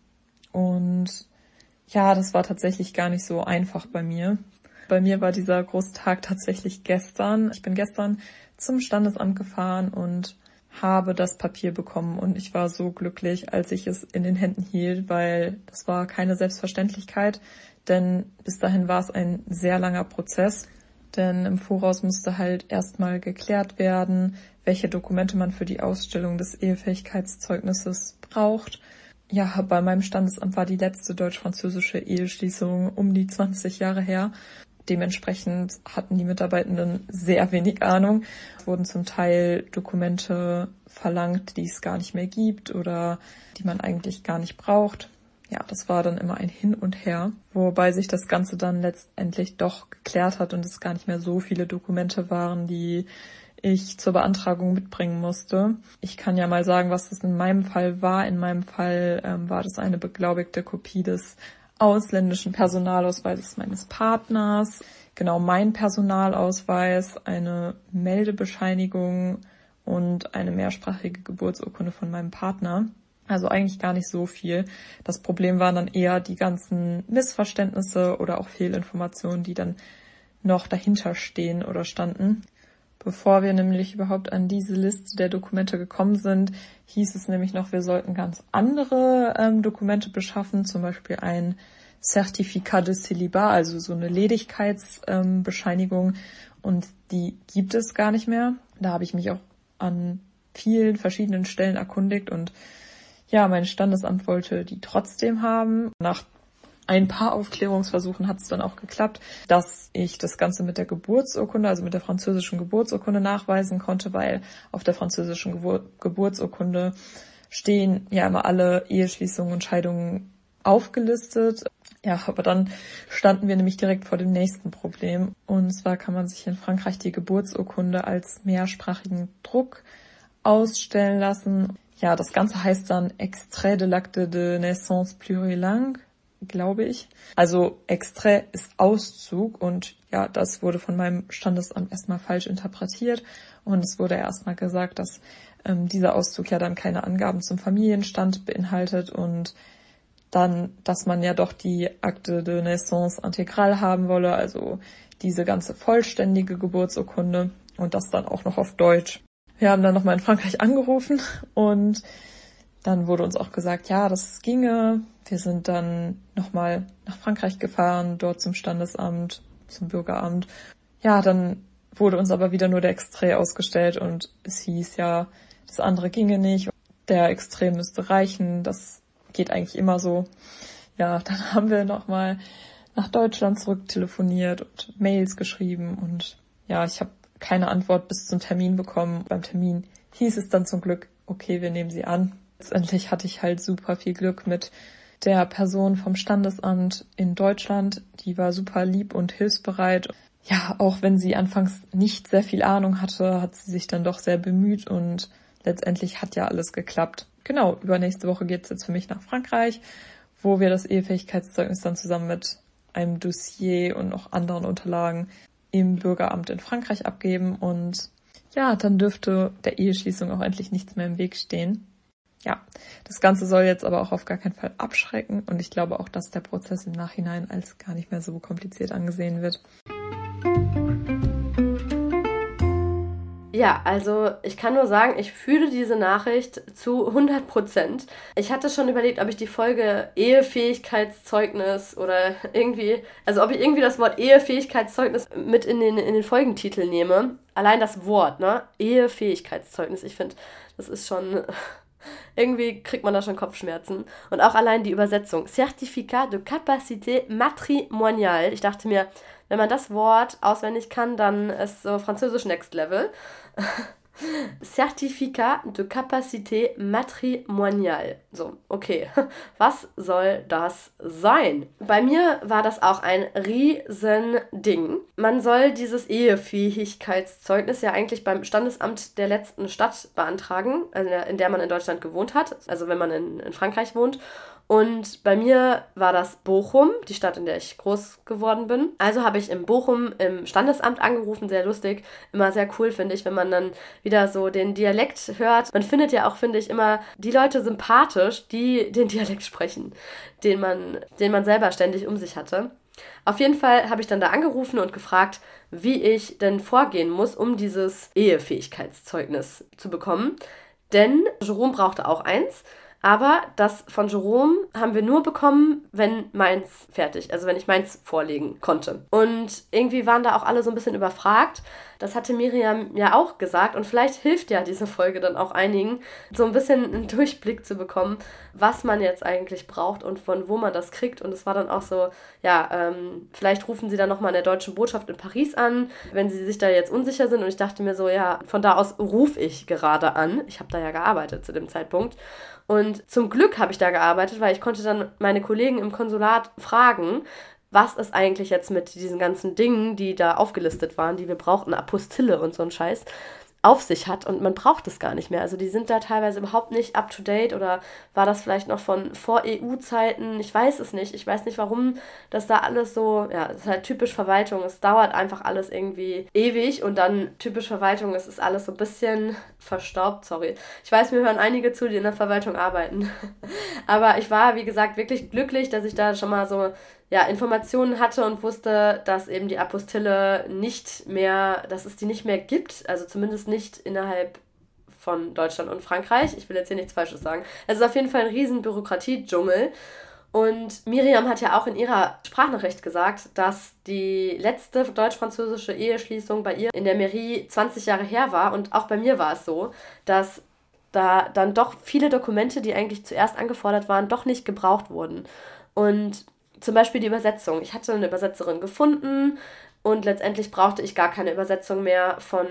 Und ja, das war tatsächlich gar nicht so einfach bei mir. Bei mir war dieser große Tag tatsächlich gestern. Ich bin gestern zum Standesamt gefahren und habe das Papier bekommen und ich war so glücklich, als ich es in den Händen hielt, weil das war keine Selbstverständlichkeit, denn bis dahin war es ein sehr langer Prozess, denn im Voraus musste halt erstmal geklärt werden, welche Dokumente man für die Ausstellung des Ehefähigkeitszeugnisses braucht. Ja, bei meinem Standesamt war die letzte deutsch-französische Eheschließung um die zwanzig Jahre her. Dementsprechend hatten die Mitarbeitenden sehr wenig Ahnung. Es wurden zum Teil Dokumente verlangt, die es gar nicht mehr gibt oder die man eigentlich gar nicht braucht. Ja, das war dann immer ein Hin und Her, wobei sich das Ganze dann letztendlich doch geklärt hat und es gar nicht mehr so viele Dokumente waren, die ich zur Beantragung mitbringen musste. Ich kann ja mal sagen, was das in meinem Fall war. In meinem Fall ähm, war das eine beglaubigte Kopie des ausländischen Personalausweises meines Partners, genau mein Personalausweis, eine Meldebescheinigung und eine mehrsprachige Geburtsurkunde von meinem Partner. Also eigentlich gar nicht so viel. Das Problem waren dann eher die ganzen Missverständnisse oder auch Fehlinformationen, die dann noch dahinter stehen oder standen. Bevor wir nämlich überhaupt an diese Liste der Dokumente gekommen sind, hieß es nämlich noch, wir sollten ganz andere ähm, Dokumente beschaffen, zum Beispiel ein Certificat de Célibat, also so eine Ledigkeitsbescheinigung, ähm, und die gibt es gar nicht mehr. Da habe ich mich auch an vielen verschiedenen Stellen erkundigt und ja, mein Standesamt wollte die trotzdem haben. Nach ein paar Aufklärungsversuchen hat es dann auch geklappt, dass ich das Ganze mit der Geburtsurkunde, also mit der französischen Geburtsurkunde nachweisen konnte, weil auf der französischen Gebur- Geburtsurkunde stehen ja immer alle Eheschließungen und Scheidungen aufgelistet. Ja, aber dann standen wir nämlich direkt vor dem nächsten Problem. Und zwar kann man sich in Frankreich die Geburtsurkunde als mehrsprachigen Druck ausstellen lassen. Ja, das Ganze heißt dann Extrait de l'acte de naissance plurilingue, glaube ich. Also Extrait ist Auszug und ja, das wurde von meinem Standesamt erstmal falsch interpretiert und es wurde erstmal gesagt, dass ähm, dieser Auszug ja dann keine Angaben zum Familienstand beinhaltet und dann, dass man ja doch die Acte de naissance intégrale haben wolle, also diese ganze vollständige Geburtsurkunde und das dann auch noch auf Deutsch. Wir haben dann nochmal in Frankreich angerufen und dann wurde uns auch gesagt, ja, das ginge. Wir sind dann nochmal nach Frankreich gefahren, dort zum Standesamt, zum Bürgeramt. Ja, dann wurde uns aber wieder nur der Extrait ausgestellt und es hieß ja, das andere ginge nicht. Der Extrait müsste reichen, das geht eigentlich immer so. Ja, dann haben wir nochmal nach Deutschland zurück telefoniert und Mails geschrieben und ja, ich habe keine Antwort bis zum Termin bekommen. Beim Termin hieß es dann zum Glück, okay, wir nehmen sie an. Letztendlich hatte ich halt super viel Glück mit der Person vom Standesamt in Deutschland. Die war super lieb und hilfsbereit. Ja, auch wenn sie anfangs nicht sehr viel Ahnung hatte, hat sie sich dann doch sehr bemüht und letztendlich hat ja alles geklappt. Genau, übernächste Woche geht's jetzt für mich nach Frankreich, wo wir das Ehefähigkeitszeugnis dann zusammen mit einem Dossier und noch anderen Unterlagen im Bürgeramt in Frankreich abgeben und ja, dann dürfte der Eheschließung auch endlich nichts mehr im Weg stehen. Ja, das Ganze soll jetzt aber auch auf gar keinen Fall abschrecken und ich glaube auch, dass der Prozess im Nachhinein als gar nicht mehr so kompliziert angesehen wird.
Ja, also ich kann nur sagen, ich fühle diese Nachricht zu hundert Prozent. Ich hatte schon überlegt, ob ich die Folge Ehefähigkeitszeugnis oder irgendwie, also ob ich irgendwie das Wort Ehefähigkeitszeugnis mit in den, in den Folgentitel nehme. Allein das Wort, ne? Ehefähigkeitszeugnis, ich finde, das ist schon, irgendwie kriegt man da schon Kopfschmerzen. Und auch allein die Übersetzung, Certificat de Capacité Matrimoniale. Ich dachte mir, wenn man das Wort auswendig kann, dann ist so Französisch Next Level. Certificat de Capacité Matrimoniale. So, okay. Was soll das sein? Bei mir war das auch ein Riesending. Man soll dieses Ehefähigkeitszeugnis ja eigentlich beim Standesamt der letzten Stadt beantragen, in der man in Deutschland gewohnt hat, also wenn man in, in Frankreich wohnt. Und bei mir war das Bochum, die Stadt, in der ich groß geworden bin. Also habe ich in Bochum im Standesamt angerufen, sehr lustig, immer sehr cool, finde ich, wenn man dann wieder so den Dialekt hört. Man findet ja auch, finde ich, immer die Leute sympathisch, die den Dialekt sprechen, den man, den man selber ständig um sich hatte. Auf jeden Fall habe ich dann da angerufen und gefragt, wie ich denn vorgehen muss, um dieses Ehefähigkeitszeugnis zu bekommen. Denn Jerome brauchte auch eins. Aber das von Jerome haben wir nur bekommen, wenn meins fertig, also wenn ich meins vorlegen konnte. Und irgendwie waren da auch alle so ein bisschen überfragt. Das hatte Miriam ja auch gesagt und vielleicht hilft ja diese Folge dann auch einigen, so ein bisschen einen Durchblick zu bekommen, was man jetzt eigentlich braucht und von wo man das kriegt. Und es war dann auch so, ja, ähm, vielleicht rufen sie dann nochmal in der deutschen Botschaft in Paris an, wenn sie sich da jetzt unsicher sind. Und ich dachte mir so, ja, von da aus rufe ich gerade an. Ich habe da ja gearbeitet zu dem Zeitpunkt. Und zum Glück habe ich da gearbeitet, weil ich konnte dann meine Kollegen im Konsulat fragen, was ist eigentlich jetzt mit diesen ganzen Dingen, die da aufgelistet waren, die wir brauchten, Apostille und so ein Scheiß, auf sich hat und man braucht es gar nicht mehr. Also die sind da teilweise überhaupt nicht up to date oder war das vielleicht noch von vor E U-Zeiten? Ich weiß es nicht. Ich weiß nicht, warum das da alles so, ja, das ist halt typisch Verwaltung. Es dauert einfach alles irgendwie ewig und dann typisch Verwaltung, es ist alles so ein bisschen verstaubt, sorry. Ich weiß, mir hören einige zu, die in der Verwaltung arbeiten. Aber ich war, wie gesagt, wirklich glücklich, dass ich da schon mal so ja, Informationen hatte und wusste, dass eben die Apostille nicht mehr, dass es die nicht mehr gibt, also zumindest nicht innerhalb von Deutschland und Frankreich. Ich will jetzt hier nichts Falsches sagen. Es ist auf jeden Fall ein riesen Bürokratie-Dschungel. Und Miriam hat ja auch in ihrer Sprachnachricht gesagt, dass die letzte deutsch-französische Eheschließung bei ihr in der Mairie zwanzig Jahre her war. Und auch bei mir war es so, dass da dann doch viele Dokumente, die eigentlich zuerst angefordert waren, doch nicht gebraucht wurden. Und zum Beispiel die Übersetzung. Ich hatte eine Übersetzerin gefunden und letztendlich brauchte ich gar keine Übersetzung mehr von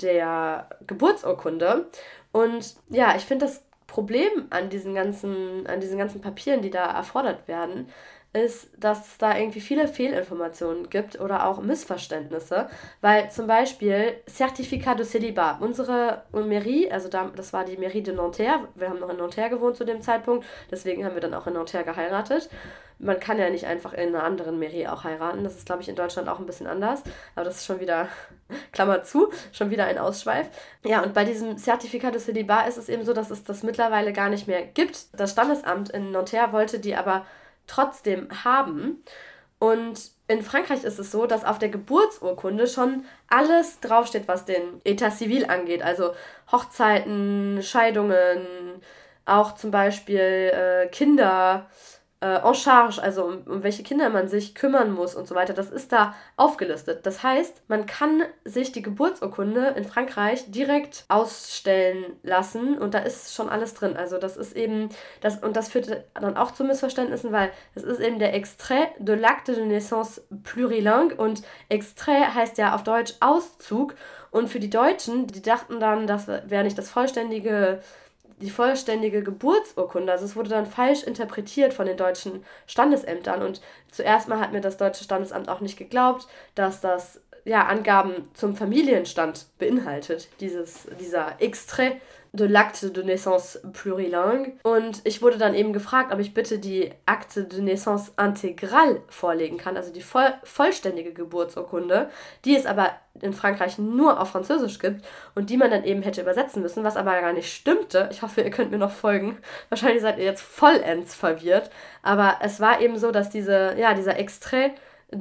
der Geburtsurkunde. Und ja, ich finde das Problem an diesen ganzen, an diesen ganzen Papieren, die da erfordert werden, ist, dass es da irgendwie viele Fehlinformationen gibt oder auch Missverständnisse, weil zum Beispiel Certificat de Célibat, unsere Mairie, also da, das war die Mairie de Nanterre, wir haben noch in Nanterre gewohnt zu dem Zeitpunkt, deswegen haben wir dann auch in Nanterre geheiratet. Man kann ja nicht einfach in einer anderen Mairie auch heiraten, das ist, glaube ich, in Deutschland auch ein bisschen anders, aber das ist schon wieder, Klammer zu, schon wieder ein Ausschweif. Ja, und bei diesem Certificat de Célibat ist es eben so, dass es das mittlerweile gar nicht mehr gibt. Das Standesamt in Nanterre wollte die aber trotzdem haben. Und in Frankreich ist es so, dass auf der Geburtsurkunde schon alles draufsteht, was den État civil angeht. Also Hochzeiten, Scheidungen, auch zum Beispiel äh, Kinder äh, en charge, also um, um welche Kinder man sich kümmern muss und so weiter. Das ist da aufgelistet. Das heißt, man kann sich die Geburtsurkunde in Frankreich direkt ausstellen lassen und da ist schon alles drin. Also das ist eben, das und das führt dann auch zu Missverständnissen, weil es ist eben der Extrait de l'acte de naissance plurilingue und Extrait heißt ja auf Deutsch Auszug und für die Deutschen, die dachten dann, das wäre nicht das vollständige die vollständige Geburtsurkunde. Also es wurde dann falsch interpretiert von den deutschen Standesämtern und zuerst mal hat mir das deutsche Standesamt auch nicht geglaubt, dass das ja Angaben zum Familienstand beinhaltet, dieses, dieser Extrait de l'acte de naissance plurilingue. Und ich wurde dann eben gefragt, ob ich bitte die Acte de naissance intégrale vorlegen kann, also die voll, vollständige Geburtsurkunde, die es aber in Frankreich nur auf Französisch gibt und die man dann eben hätte übersetzen müssen, was aber gar nicht stimmte. Ich hoffe, ihr könnt mir noch folgen. Wahrscheinlich seid ihr jetzt vollends verwirrt. Aber es war eben so, dass diese, ja, dieser Extrait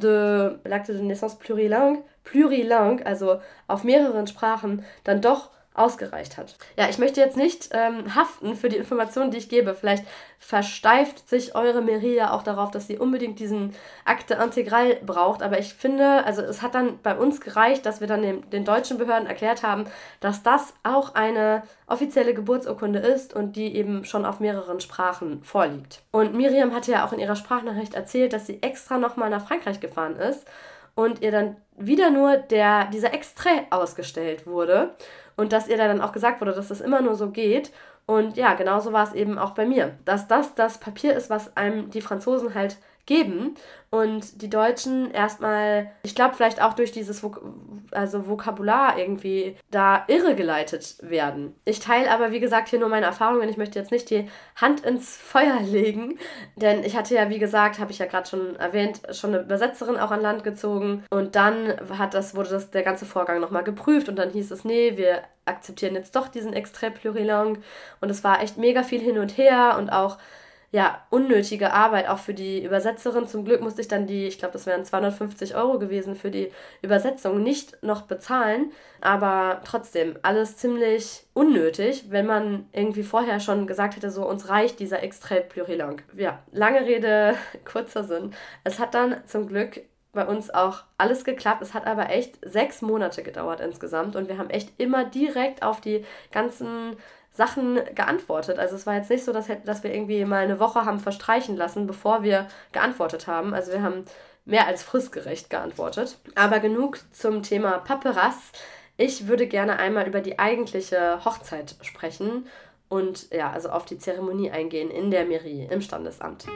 de l'acte de naissance plurilingue, plurilingue, also auf mehreren Sprachen, dann doch ausgereicht hat. Ja, ich möchte jetzt nicht ähm, haften für die Informationen, die ich gebe. Vielleicht versteift sich eure Mairie ja auch darauf, dass sie unbedingt diesen Akte Integral braucht. Aber ich finde, also es hat dann bei uns gereicht, dass wir dann den, den deutschen Behörden erklärt haben, dass das auch eine offizielle Geburtsurkunde ist und die eben schon auf mehreren Sprachen vorliegt. Und Miriam hatte ja auch in ihrer Sprachnachricht erzählt, dass sie extra nochmal nach Frankreich gefahren ist und ihr dann wieder nur der, dieser Extrait ausgestellt wurde und dass ihr dann auch gesagt wurde, dass das immer nur so geht. Und ja, genauso war es eben auch bei mir, dass das das Papier ist, was einem die Franzosen halt geben und die Deutschen erstmal, ich glaube vielleicht auch durch dieses Vok- also Vokabular irgendwie da irregeleitet werden. Ich teile aber, wie gesagt, hier nur meine Erfahrungen. Ich möchte jetzt nicht die Hand ins Feuer legen, denn ich hatte ja, wie gesagt, habe ich ja gerade schon erwähnt, schon eine Übersetzerin auch an Land gezogen und dann hat das, wurde das der ganze Vorgang nochmal geprüft und dann hieß es, nee, wir akzeptieren jetzt doch diesen Extrait plurilingue und es war echt mega viel hin und her und auch ja, unnötige Arbeit auch für die Übersetzerin. Zum Glück musste ich dann die, ich glaube, das wären zweihundertfünfzig Euro gewesen für die Übersetzung, nicht noch bezahlen. Aber trotzdem, alles ziemlich unnötig, wenn man irgendwie vorher schon gesagt hätte, so, uns reicht dieser Extrait plurilingue. Ja, lange Rede, kurzer Sinn. Es hat dann zum Glück bei uns auch alles geklappt. Es hat aber echt sechs Monate gedauert insgesamt und wir haben echt immer direkt auf die ganzen Sachen geantwortet. Also es war jetzt nicht so, dass, dass wir irgendwie mal eine Woche haben verstreichen lassen, bevor wir geantwortet haben. Also wir haben mehr als fristgerecht geantwortet. Aber genug zum Thema Paperasse. Ich würde gerne einmal über die eigentliche Hochzeit sprechen und ja, also auf die Zeremonie eingehen in der Mairie, im Standesamt.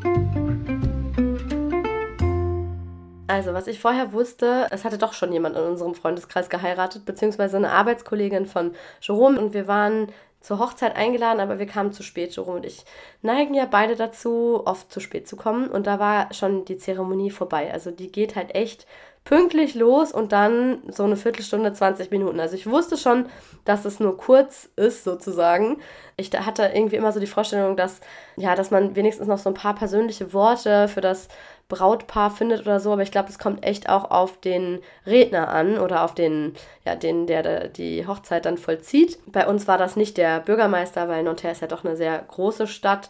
Also, was ich vorher wusste, es hatte doch schon jemand in unserem Freundeskreis geheiratet, beziehungsweise eine Arbeitskollegin von Jerome und wir waren zur Hochzeit eingeladen, aber wir kamen zu spät. Jerome und ich neigen ja beide dazu, oft zu spät zu kommen und da war schon die Zeremonie vorbei. Also die geht halt echt pünktlich los und dann so eine Viertelstunde, zwanzig Minuten. Also ich wusste schon, dass es nur kurz ist sozusagen. Ich hatte irgendwie immer so die Vorstellung, dass, ja, dass man wenigstens noch so ein paar persönliche Worte für das Brautpaar findet oder so, aber ich glaube, es kommt echt auch auf den Redner an oder auf den, ja, den, der die Hochzeit dann vollzieht. Bei uns war das nicht der Bürgermeister, weil Nanterre ist ja doch eine sehr große Stadt,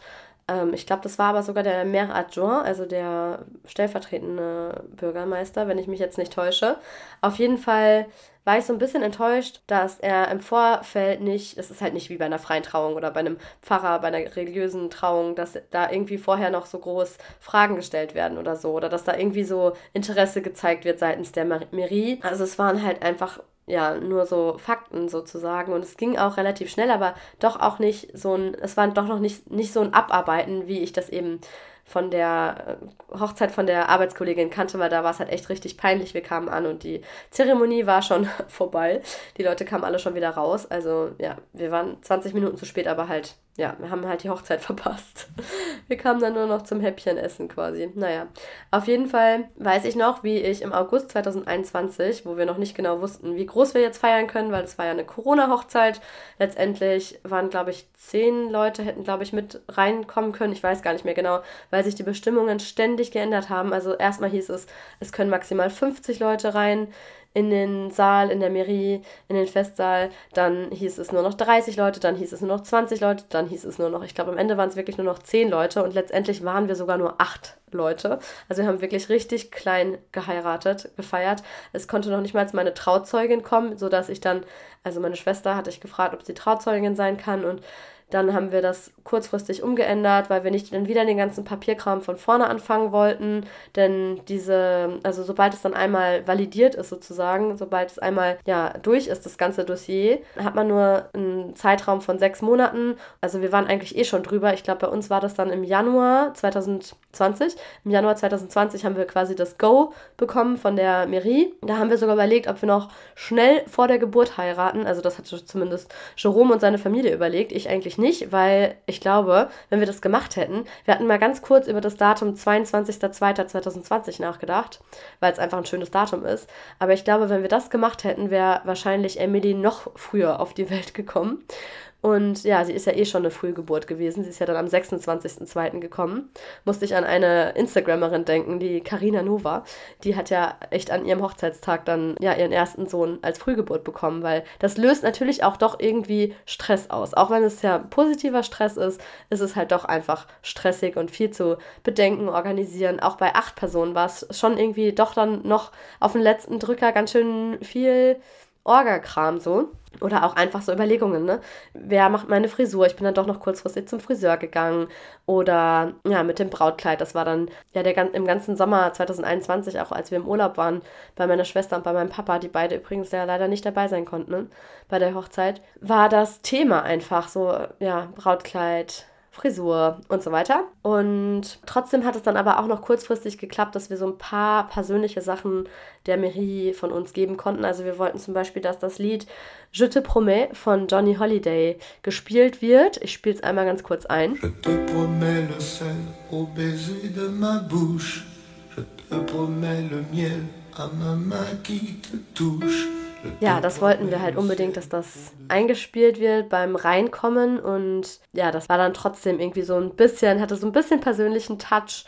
Ähm, ich glaube, das war aber sogar der Maire Adjoint, also der stellvertretende Bürgermeister, wenn ich mich jetzt nicht täusche. Auf jeden Fall war ich so ein bisschen enttäuscht, dass er im Vorfeld nicht, es ist halt nicht wie bei einer freien Trauung oder bei einem Pfarrer, bei einer religiösen Trauung, dass da irgendwie vorher noch so groß Fragen gestellt werden oder so, oder dass da irgendwie so Interesse gezeigt wird seitens der Mairie. Also es waren halt einfach ja, nur so Fakten sozusagen und es ging auch relativ schnell, aber doch auch nicht so ein, es war doch noch nicht, nicht so ein Abarbeiten, wie ich das eben von der Hochzeit von der Arbeitskollegin kannte, weil da war es halt echt richtig peinlich. Wir kamen an und die Zeremonie war schon vorbei. Die Leute kamen alle schon wieder raus. Also ja, wir waren zwanzig Minuten zu spät, aber halt, ja, wir haben halt die Hochzeit verpasst. Wir kamen dann nur noch zum Häppchenessen quasi. Naja, auf jeden Fall weiß ich noch, wie ich im August zwanzig einundzwanzig, wo wir noch nicht genau wussten, wie groß wir jetzt feiern können, weil es war ja eine Corona-Hochzeit. Letztendlich waren, glaube ich, zehn Leute hätten, glaube ich, mit reinkommen können. Ich weiß gar nicht mehr genau, weil sich die Bestimmungen ständig geändert haben. Also erstmal hieß es, es können maximal fünfzig Leute rein in den Saal, in der Mairie, in den Festsaal. Dann hieß es nur noch dreißig Leute, dann hieß es nur noch zwanzig Leute, dann hieß es nur noch, ich glaube am Ende waren es wirklich nur noch zehn Leute und letztendlich waren wir sogar nur acht Leute. Also wir haben wirklich richtig klein geheiratet, gefeiert. Es konnte noch nicht mal meine Trauzeugin kommen, sodass ich dann, also meine Schwester hatte ich gefragt, ob sie Trauzeugin sein kann und dann haben wir das kurzfristig umgeändert, weil wir nicht dann wieder den ganzen Papierkram von vorne anfangen wollten. Denn diese, also sobald es dann einmal validiert ist sozusagen, sobald es einmal ja durch ist, das ganze Dossier, hat man nur einen Zeitraum von sechs Monaten. Also wir waren eigentlich eh schon drüber. Ich glaube, bei uns war das dann im Januar zwanzig zwanzig. Im Januar zwanzig zwanzig haben wir quasi das Go bekommen von der Mairie. Da haben wir sogar überlegt, ob wir noch schnell vor der Geburt heiraten. Also das hat zumindest Jerome und seine Familie überlegt. Ich eigentlich nicht, weil ich glaube, wenn wir das gemacht hätten, wir hatten mal ganz kurz über das Datum zweiundzwanzigster zweiter zweitausendzwanzig nachgedacht, weil es einfach ein schönes Datum ist. Aber ich glaube, wenn wir das gemacht hätten, wäre wahrscheinlich Emily noch früher auf die Welt gekommen. Und ja, sie ist ja eh schon eine Frühgeburt gewesen. Sie ist ja dann am sechsundzwanzigster zweiter gekommen. Musste ich an eine Instagrammerin denken, die Carina Nova. Die hat ja echt an ihrem Hochzeitstag dann ja ihren ersten Sohn als Frühgeburt bekommen, weil das löst natürlich auch doch irgendwie Stress aus. Auch wenn es ja positiver Stress ist, ist es halt doch einfach stressig und viel zu bedenken, organisieren. Auch bei acht Personen war es schon irgendwie doch dann noch auf den letzten Drücker ganz schön viel Orga-Kram so. Oder auch einfach so Überlegungen, ne? Wer macht meine Frisur? Ich bin dann doch noch kurzfristig zum Friseur gegangen. Oder ja, mit dem Brautkleid. Das war dann ja der, im ganzen Sommer zwanzig einundzwanzig, auch als wir im Urlaub waren, bei meiner Schwester und bei meinem Papa, die beide übrigens ja leider nicht dabei sein konnten, ne? Bei der Hochzeit, war das Thema einfach so, ja, Brautkleid, Frisur und so weiter. Und trotzdem hat es dann aber auch noch kurzfristig geklappt, dass wir so ein paar persönliche Sachen der Mairie von uns geben konnten. Also wir wollten zum Beispiel, dass das Lied Je te promets von Johnny Holiday gespielt wird. Ich spiele es einmal ganz kurz ein. Je te promets le sel au baiser de ma bouche. Je te promets le miel à ma main qui te touche. Ja, das wollten wir halt unbedingt, dass das eingespielt wird beim Reinkommen und ja, das war dann trotzdem irgendwie so ein bisschen, hatte so ein bisschen persönlichen Touch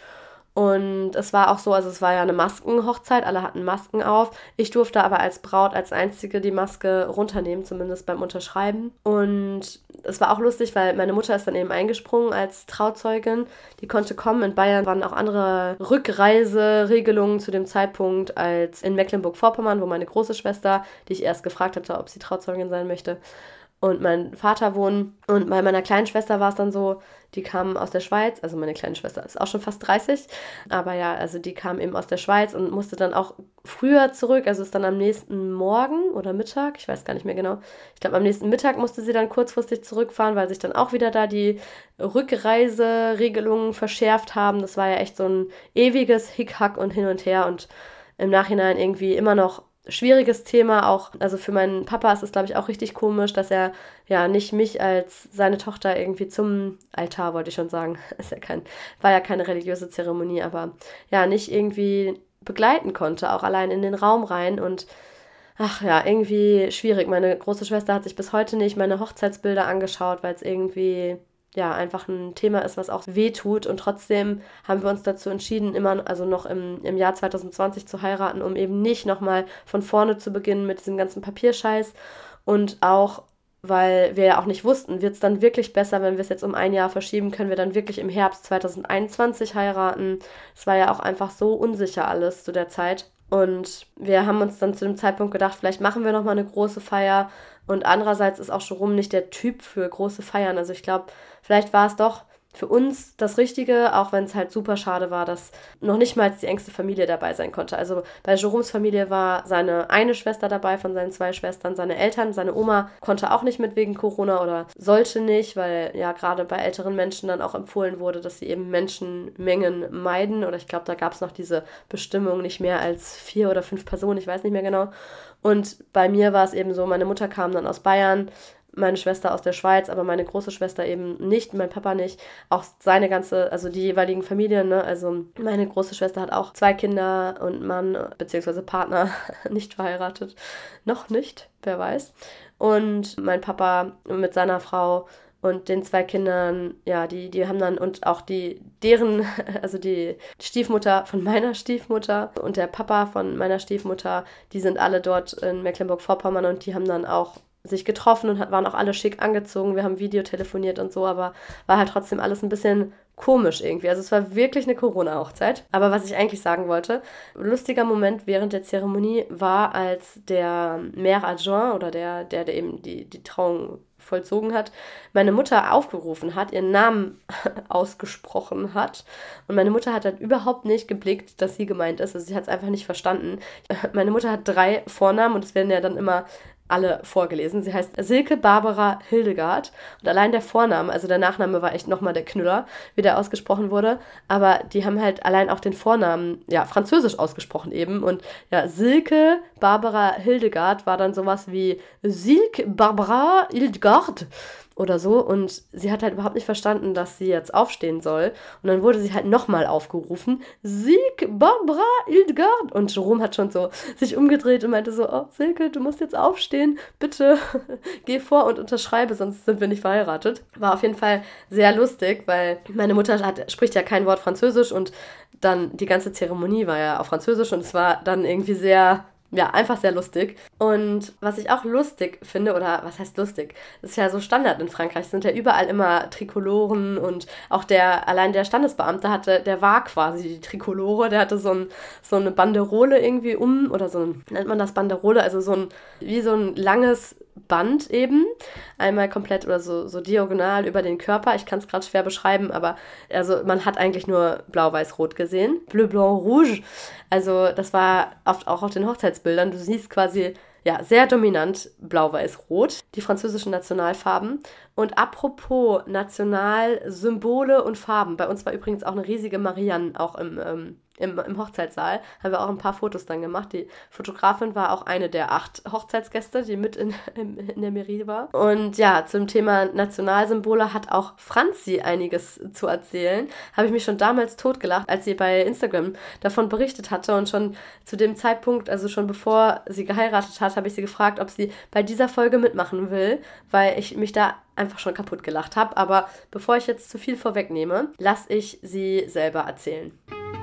und es war auch so, also es war ja eine Maskenhochzeit, alle hatten Masken auf. Ich durfte aber als Braut als Einzige die Maske runternehmen, zumindest beim Unterschreiben. Und es war auch lustig, weil meine Mutter ist dann eben eingesprungen als Trauzeugin. Die konnte kommen. In Bayern waren auch andere Rückreiseregelungen zu dem Zeitpunkt als in Mecklenburg-Vorpommern, wo meine große Schwester, die ich erst gefragt hatte, ob sie Trauzeugin sein möchte, und mein Vater wohnen. Und bei meiner kleinen Schwester war es dann so, die kam aus der Schweiz, also meine kleine Schwester ist auch schon fast dreißig, aber ja, also die kam eben aus der Schweiz und musste dann auch früher zurück, also ist dann am nächsten Morgen oder Mittag, ich weiß gar nicht mehr genau, ich glaube am nächsten Mittag musste sie dann kurzfristig zurückfahren, weil sich dann auch wieder da die Rückreiseregelungen verschärft haben. Das war ja echt so ein ewiges Hickhack und hin und her und im Nachhinein irgendwie immer noch schwieriges Thema, auch, also für meinen Papa ist es, glaube ich, auch richtig komisch, dass er ja nicht mich als seine Tochter irgendwie zum Altar, wollte ich schon sagen, ist ja kein, war ja keine religiöse Zeremonie, aber ja, nicht irgendwie begleiten konnte, auch allein in den Raum rein und ach ja, irgendwie schwierig. Meine große Schwester hat sich bis heute nicht meine Hochzeitsbilder angeschaut, weil es irgendwie ja, einfach ein Thema ist, was auch wehtut und trotzdem haben wir uns dazu entschieden, immer, also noch im, im Jahr zwanzig zwanzig zu heiraten, um eben nicht nochmal von vorne zu beginnen mit diesem ganzen Papierscheiß und auch weil wir ja auch nicht wussten, wird es dann wirklich besser, wenn wir es jetzt um ein Jahr verschieben, können wir dann wirklich im Herbst zwanzig einundzwanzig heiraten. Es war ja auch einfach so unsicher alles zu der Zeit. Und wir haben uns dann zu dem Zeitpunkt gedacht, vielleicht machen wir nochmal eine große Feier. Und andererseits ist auch Jerome nicht der Typ für große Feiern. Also ich glaube, vielleicht war es doch für uns das Richtige, auch wenn es halt super schade war, dass noch nicht mal die engste Familie dabei sein konnte. Also bei Jeromes Familie war seine eine Schwester dabei von seinen zwei Schwestern, seine Eltern, seine Oma konnte auch nicht mit wegen Corona oder sollte nicht, weil ja gerade bei älteren Menschen dann auch empfohlen wurde, dass sie eben Menschenmengen meiden. Oder ich glaube, da gab es noch diese Bestimmung, nicht mehr als vier oder fünf Personen, ich weiß nicht mehr genau. Und bei mir war es eben so, meine Mutter kam dann aus Bayern, meine Schwester aus der Schweiz, aber meine große Schwester eben nicht, mein Papa nicht, auch seine ganze, also die jeweiligen Familien, ne, also meine große Schwester hat auch zwei Kinder und Mann, beziehungsweise Partner, nicht verheiratet, noch nicht, wer weiß, und mein Papa mit seiner Frau und den zwei Kindern, ja, die, die haben dann, und auch die, deren, also die Stiefmutter von meiner Stiefmutter und der Papa von meiner Stiefmutter, die sind alle dort in Mecklenburg-Vorpommern und die haben dann auch sich getroffen und waren auch alle schick angezogen. Wir haben Videotelefoniert und so, aber war halt trotzdem alles ein bisschen komisch irgendwie. Also es war wirklich eine Corona-Hochzeit. Aber was ich eigentlich sagen wollte, lustiger Moment während der Zeremonie war, als der Maire Adjoint oder der, der, der eben die, die Trauung vollzogen hat, meine Mutter aufgerufen hat, ihren Namen ausgesprochen hat. Und meine Mutter hat dann überhaupt nicht geblickt, dass sie gemeint ist. Also sie hat es einfach nicht verstanden. Meine Mutter hat drei Vornamen und es werden ja dann immer alle vorgelesen. Sie heißt Silke Barbara Hildegard und allein der Vorname, also der Nachname war echt nochmal der Knüller, wie der ausgesprochen wurde, aber die haben halt allein auch den Vornamen, ja, französisch ausgesprochen eben und ja, Silke Barbara Hildegard war dann sowas wie Silke Barbara Hildegard oder so und sie hat halt überhaupt nicht verstanden, dass sie jetzt aufstehen soll und dann wurde sie halt nochmal aufgerufen, Silke Barbara Hildegard und Jerome hat schon so sich umgedreht und meinte so, oh Silke, du musst jetzt aufstehen, bitte geh vor und unterschreibe, sonst sind wir nicht verheiratet. War auf jeden Fall sehr lustig, weil meine Mutter hat, spricht ja kein Wort Französisch und dann die ganze Zeremonie war ja auf Französisch und es war dann irgendwie sehr... Ja, einfach sehr lustig. Und was ich auch lustig finde, oder was heißt lustig? Das ist ja so Standard in Frankreich, sind ja überall immer Trikoloren und auch der, allein der Standesbeamte hatte, der war quasi die Trikolore, der hatte so, ein, so eine Banderole irgendwie um, oder so ein, nennt man das Banderole, also so ein, wie so ein langes Band eben, einmal komplett oder so, so diagonal über den Körper. Ich kann es gerade schwer beschreiben, aber also man hat eigentlich nur blau-weiß-rot gesehen. Bleu, blanc, rouge. Also das war oft auch auf den Hochzeitsbildern. Du siehst quasi, ja, sehr dominant blau-weiß-rot, die französischen Nationalfarben. Und apropos Nationalsymbole und Farben, bei uns war übrigens auch eine riesige Marianne, auch im, ähm, im, im Hochzeitssaal, haben wir auch ein paar Fotos dann gemacht. Die Fotografin war auch eine der acht Hochzeitsgäste, die mit in, in, in der Mairie war. Und ja, zum Thema Nationalsymbole hat auch Franzi einiges zu erzählen. Habe ich mich schon damals totgelacht, als sie bei Instagram davon berichtet hatte und schon zu dem Zeitpunkt, also schon bevor sie geheiratet hat, habe ich sie gefragt, ob sie bei dieser Folge mitmachen will, weil ich mich da einfach schon kaputt gelacht habe. Aber bevor ich jetzt zu viel vorwegnehme, lasse ich sie selber erzählen.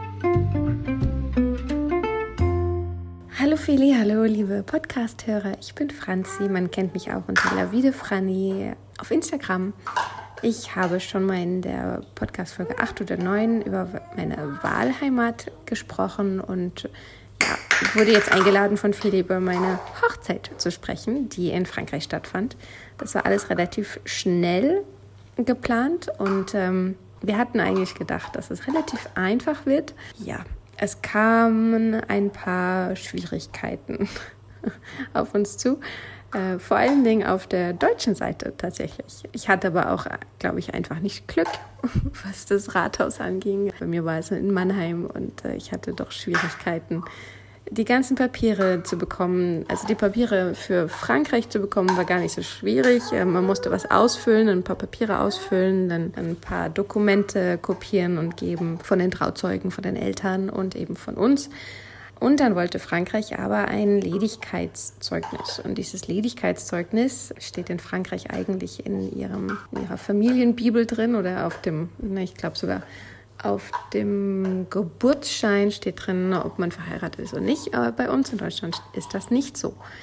Hallo Feli, hallo liebe Podcast-Hörer, ich bin Franzi, man kennt mich auch unter La Vie de Franny auf Instagram. Ich habe schon mal in der Podcast-Folge acht oder neun über meine Wahlheimat gesprochen und ja, ich wurde jetzt eingeladen von Feli über meine Hochzeit zu sprechen, die in Frankreich stattfand. Das war alles relativ schnell geplant und ähm, wir hatten eigentlich gedacht, dass es relativ einfach wird. Ja, es kamen ein paar Schwierigkeiten auf uns zu, äh, vor allen Dingen auf der deutschen Seite tatsächlich. Ich hatte aber auch, glaube ich, einfach nicht Glück, was das Rathaus anging. Bei mir war es in Mannheim und äh, ich hatte doch Schwierigkeiten, die ganzen Papiere zu bekommen. Also die Papiere für Frankreich zu bekommen, war gar nicht so schwierig. Man musste was ausfüllen, ein paar Papiere ausfüllen, dann ein paar Dokumente kopieren und geben von den Trauzeugen, von den Eltern und eben von uns. Und dann wollte Frankreich aber ein Ledigkeitszeugnis. Und dieses Ledigkeitszeugnis steht in Frankreich eigentlich in, ihrem, in ihrer Familienbibel drin oder auf dem, ich glaube sogar auf dem Geburtsschein steht drin, ob man verheiratet ist oder nicht. Aber bei uns in Deutschland ist das nicht so.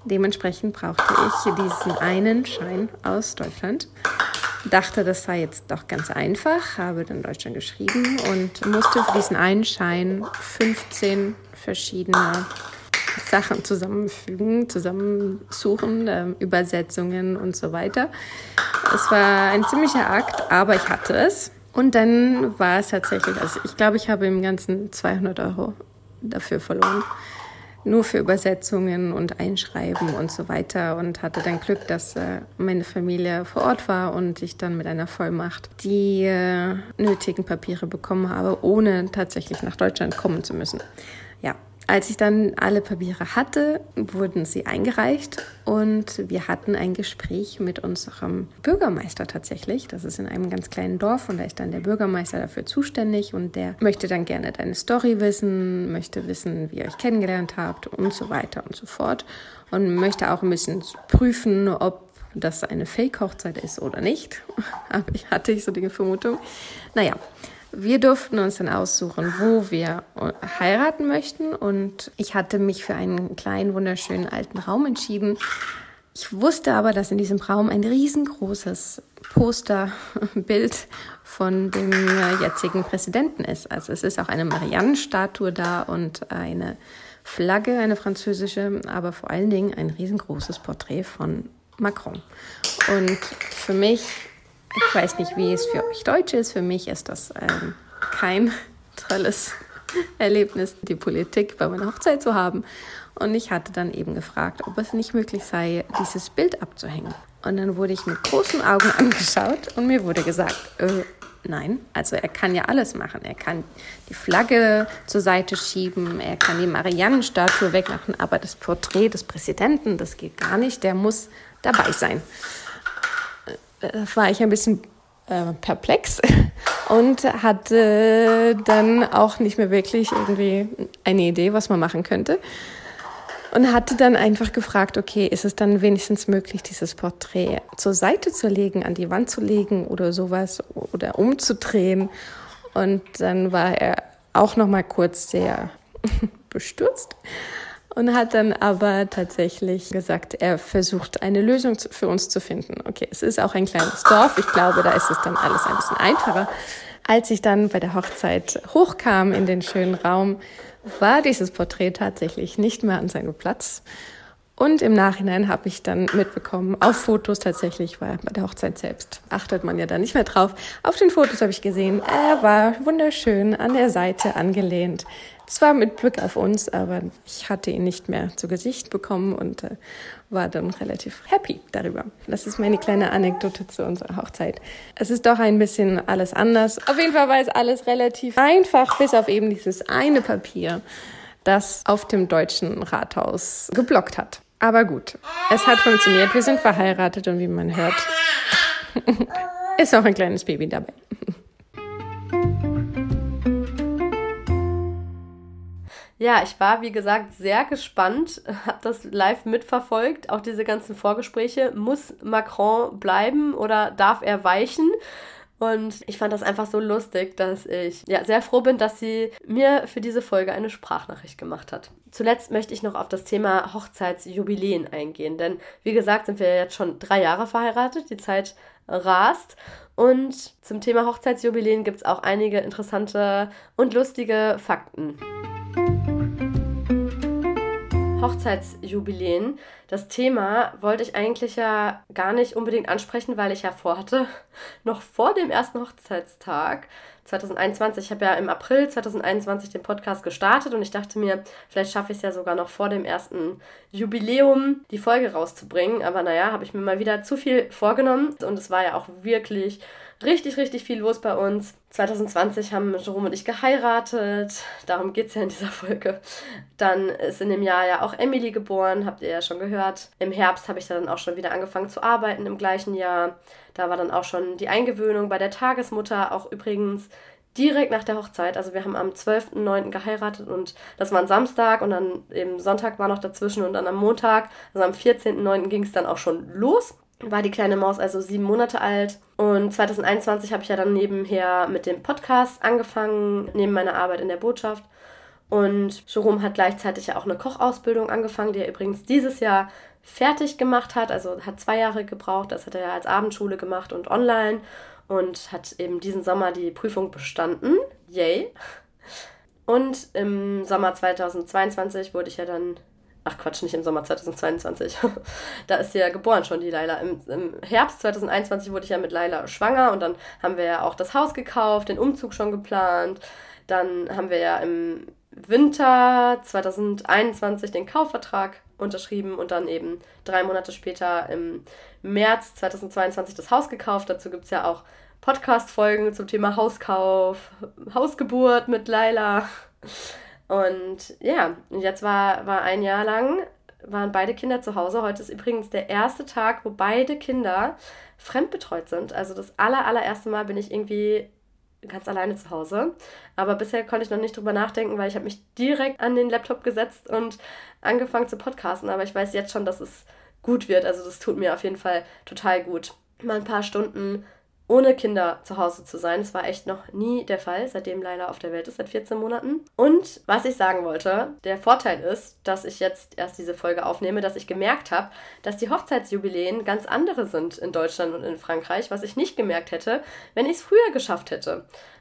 Dementsprechend brauchte ich diesen einen Schein aus Deutschland. Dachte, das sei jetzt doch ganz einfach, habe dann Deutschland geschrieben und musste für diesen einen Schein fünfzehn verschiedene Sachen zusammenfügen, zusammensuchen, äh, Übersetzungen und so weiter. Es war ein ziemlicher Akt, aber ich hatte es. Und dann war es tatsächlich, also ich glaube, ich habe im Ganzen zweihundert Euro dafür verloren. Nur für Übersetzungen und Einschreiben und so weiter und hatte dann Glück, dass äh, meine Familie vor Ort war und ich dann mit einer Vollmacht die äh, nötigen Papiere bekommen habe, ohne tatsächlich nach Deutschland kommen zu müssen. Ja, als ich dann alle Papiere hatte, wurden sie eingereicht und wir hatten ein Gespräch mit unserem Bürgermeister tatsächlich. Das ist in einem ganz kleinen Dorf und da ist dann der Bürgermeister dafür zuständig und der möchte dann gerne deine Story wissen, möchte wissen, wie ihr euch kennengelernt habt und so weiter und so fort und möchte auch ein bisschen prüfen, ob das eine Fake-Hochzeit ist oder nicht. Aber ich hatte ich so die Vermutung. Naja, wir durften uns dann aussuchen, wo wir heiraten möchten und ich hatte mich für einen kleinen, wunderschönen alten Raum entschieden. Ich wusste aber, dass in diesem Raum ein riesengroßes Posterbild von dem jetzigen Präsidenten ist. Also es ist auch eine Mariannenstatue da und eine Flagge, eine französische, aber vor allen Dingen ein riesengroßes Porträt von Macron. Und für mich, ich weiß nicht, wie es für euch Deutsche ist, für mich ist das ähm, kein tolles Erlebnis, die Politik bei meiner Hochzeit zu haben. Und ich hatte dann eben gefragt, ob es nicht möglich sei, dieses Bild abzuhängen. Und dann wurde ich mit großen Augen angeschaut und mir wurde gesagt, äh, nein, also er kann ja alles machen. Er kann die Flagge zur Seite schieben, er kann die Mariannenstatue wegmachen, aber das Porträt des Präsidenten, das geht gar nicht, der muss dabei sein. Da war ich ein bisschen äh, perplex und hatte dann auch nicht mehr wirklich irgendwie eine Idee, was man machen könnte. Und hatte dann einfach gefragt, okay, ist es dann wenigstens möglich, dieses Porträt zur Seite zu legen, an die Wand zu legen oder sowas oder umzudrehen. Und dann war er auch noch mal kurz sehr bestürzt und hat dann aber tatsächlich gesagt, er versucht, eine Lösung für uns zu finden. Okay, es ist auch ein kleines Dorf. Ich glaube, da ist es dann alles ein bisschen einfacher. Als ich dann bei der Hochzeit hochkam in den schönen Raum, war dieses Porträt tatsächlich nicht mehr an seinem Platz. Und im Nachhinein habe ich dann mitbekommen, auf Fotos tatsächlich, weil bei der Hochzeit selbst achtet man ja da nicht mehr drauf. Auf den Fotos habe ich gesehen, er war wunderschön an der Seite angelehnt. Zwar mit Blick auf uns, aber ich hatte ihn nicht mehr zu Gesicht bekommen und äh, war dann relativ happy darüber. Das ist meine kleine Anekdote zu unserer Hochzeit. Es ist doch ein bisschen alles anders. Auf jeden Fall war es alles relativ einfach, bis auf eben dieses eine Papier, das auf dem deutschen Rathaus geblockt hat. Aber gut, es hat funktioniert. Wir sind verheiratet und wie man hört, ist auch ein kleines Baby dabei.
Ja, ich war, wie gesagt, sehr gespannt, habe das live mitverfolgt, auch diese ganzen Vorgespräche. Muss Macron bleiben oder darf er weichen? Und ich fand das einfach so lustig, dass ich ja sehr froh bin, dass sie mir für diese Folge eine Sprachnachricht gemacht hat. Zuletzt möchte ich noch auf das Thema Hochzeitsjubiläen eingehen, denn wie gesagt sind wir jetzt schon drei Jahre verheiratet, die Zeit rast. Und zum Thema Hochzeitsjubiläen gibt es auch einige interessante und lustige Fakten. Hochzeitsjubiläen. Das Thema wollte ich eigentlich ja gar nicht unbedingt ansprechen, weil ich ja vorhatte, noch vor dem ersten Hochzeitstag zwanzig einundzwanzig, ich habe ja im April zwanzig einundzwanzig den Podcast gestartet und ich dachte mir, vielleicht schaffe ich es ja sogar noch vor dem ersten Jubiläum, die Folge rauszubringen. Aber naja, habe ich mir mal wieder zu viel vorgenommen und es war ja auch wirklich richtig, richtig viel los bei uns. zwanzig zwanzig haben Jerome und ich geheiratet, darum geht es ja in dieser Folge. Dann ist in dem Jahr ja auch Emily geboren, habt ihr ja schon gehört. Im Herbst habe ich dann auch schon wieder angefangen zu arbeiten im gleichen Jahr. Da war dann auch schon die Eingewöhnung bei der Tagesmutter, auch übrigens direkt nach der Hochzeit. Also wir haben am zwölften neunten geheiratet und das war ein Samstag und dann eben Sonntag war noch dazwischen und dann am Montag, also am vierzehnten neunten ging es dann auch schon los. War die kleine Maus also sieben Monate alt und zwanzig einundzwanzig habe ich ja dann nebenher mit dem Podcast angefangen, neben meiner Arbeit in der Botschaft. Und Jerome hat gleichzeitig ja auch eine Kochausbildung angefangen, die er übrigens dieses Jahr fertig gemacht hat. Also hat zwei Jahre gebraucht. Das hat er ja als Abendschule gemacht und online. Und hat eben diesen Sommer die Prüfung bestanden. Yay! Und im Sommer zweitausendzweiundzwanzig wurde ich ja dann... Ach Quatsch, nicht im Sommer zweitausendzweiundzwanzig. Da ist sie ja geboren schon, die Laila. Im, Im Herbst zweitausendeinundzwanzig wurde ich ja mit Laila schwanger. Und dann haben wir ja auch das Haus gekauft, den Umzug schon geplant. Dann haben wir ja im Winter zweitausendeinundzwanzig den Kaufvertrag unterschrieben und dann eben drei Monate später im März zweitausendzweiundzwanzig das Haus gekauft. Dazu gibt es ja auch Podcast-Folgen zum Thema Hauskauf, Hausgeburt mit Laila. Und ja, jetzt war, war ein Jahr lang, waren beide Kinder zu Hause. Heute ist übrigens der erste Tag, wo beide Kinder fremdbetreut sind. Also das aller, allererste Mal bin ich irgendwie ganz alleine zu Hause. Aber bisher konnte ich noch nicht drüber nachdenken, weil ich habe mich direkt an den Laptop gesetzt und angefangen zu podcasten. Aber ich weiß jetzt schon, dass es gut wird. Also das tut mir auf jeden Fall total gut. Mal ein paar Stunden ohne Kinder zu Hause zu sein. Das war echt noch nie der Fall, seitdem Laila auf der Welt ist, seit vierzehn Monaten. Und was ich sagen wollte, der Vorteil ist, dass ich jetzt erst diese Folge aufnehme, dass ich gemerkt habe, dass die Hochzeitsjubiläen ganz andere sind in Deutschland und in Frankreich, was ich nicht gemerkt hätte, wenn ich es früher geschafft hätte.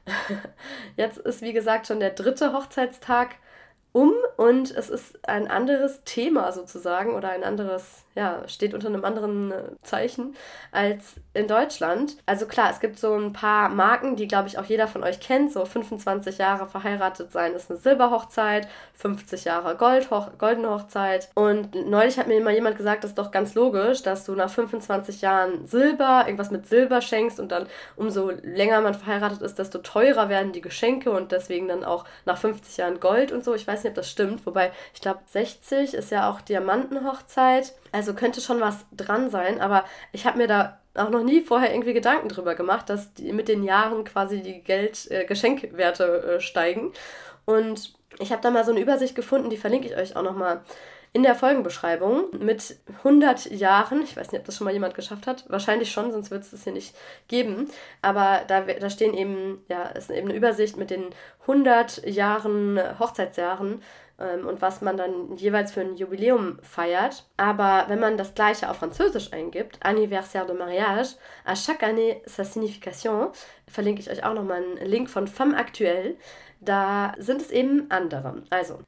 Jetzt ist, wie gesagt, schon der dritte Hochzeitstag um und es ist ein anderes Thema sozusagen oder ein anderes, ja, steht unter einem anderen Zeichen als in Deutschland. Also klar, es gibt so ein paar Marken, die, glaube ich, auch jeder von euch kennt. So fünfundzwanzig Jahre verheiratet sein ist eine Silberhochzeit, fünfzig Jahre Goldhoch- goldene Hochzeit. Und neulich hat mir mal jemand gesagt, das ist doch ganz logisch, dass du nach fünfundzwanzig Jahren Silber, irgendwas mit Silber schenkst und dann umso länger man verheiratet ist, desto teurer werden die Geschenke und deswegen dann auch nach fünfzig Jahren Gold und so. Ich weiß nicht, ob das stimmt, wobei ich glaube sechzig ist ja auch Diamantenhochzeit. Also könnte schon was dran sein, aber ich habe mir da auch noch nie vorher irgendwie Gedanken drüber gemacht, dass die mit den Jahren quasi die Geld-Geschenkwerte äh, steigen. Und ich habe da mal so eine Übersicht gefunden, die verlinke ich euch auch nochmal in der Folgenbeschreibung mit hundert Jahren. Ich weiß nicht, ob das schon mal jemand geschafft hat. Wahrscheinlich schon, sonst wird es das hier nicht geben. Aber da, da stehen eben, ja, ist eben eine Übersicht mit den hundert Jahren, Hochzeitsjahren ähm, und was man dann jeweils für ein Jubiläum feiert. Aber wenn man das Gleiche auf Französisch eingibt, Anniversaire de mariage, à chaque année sa signification, verlinke ich euch auch nochmal einen Link von Femme Actuelle. Da sind es eben andere. Also,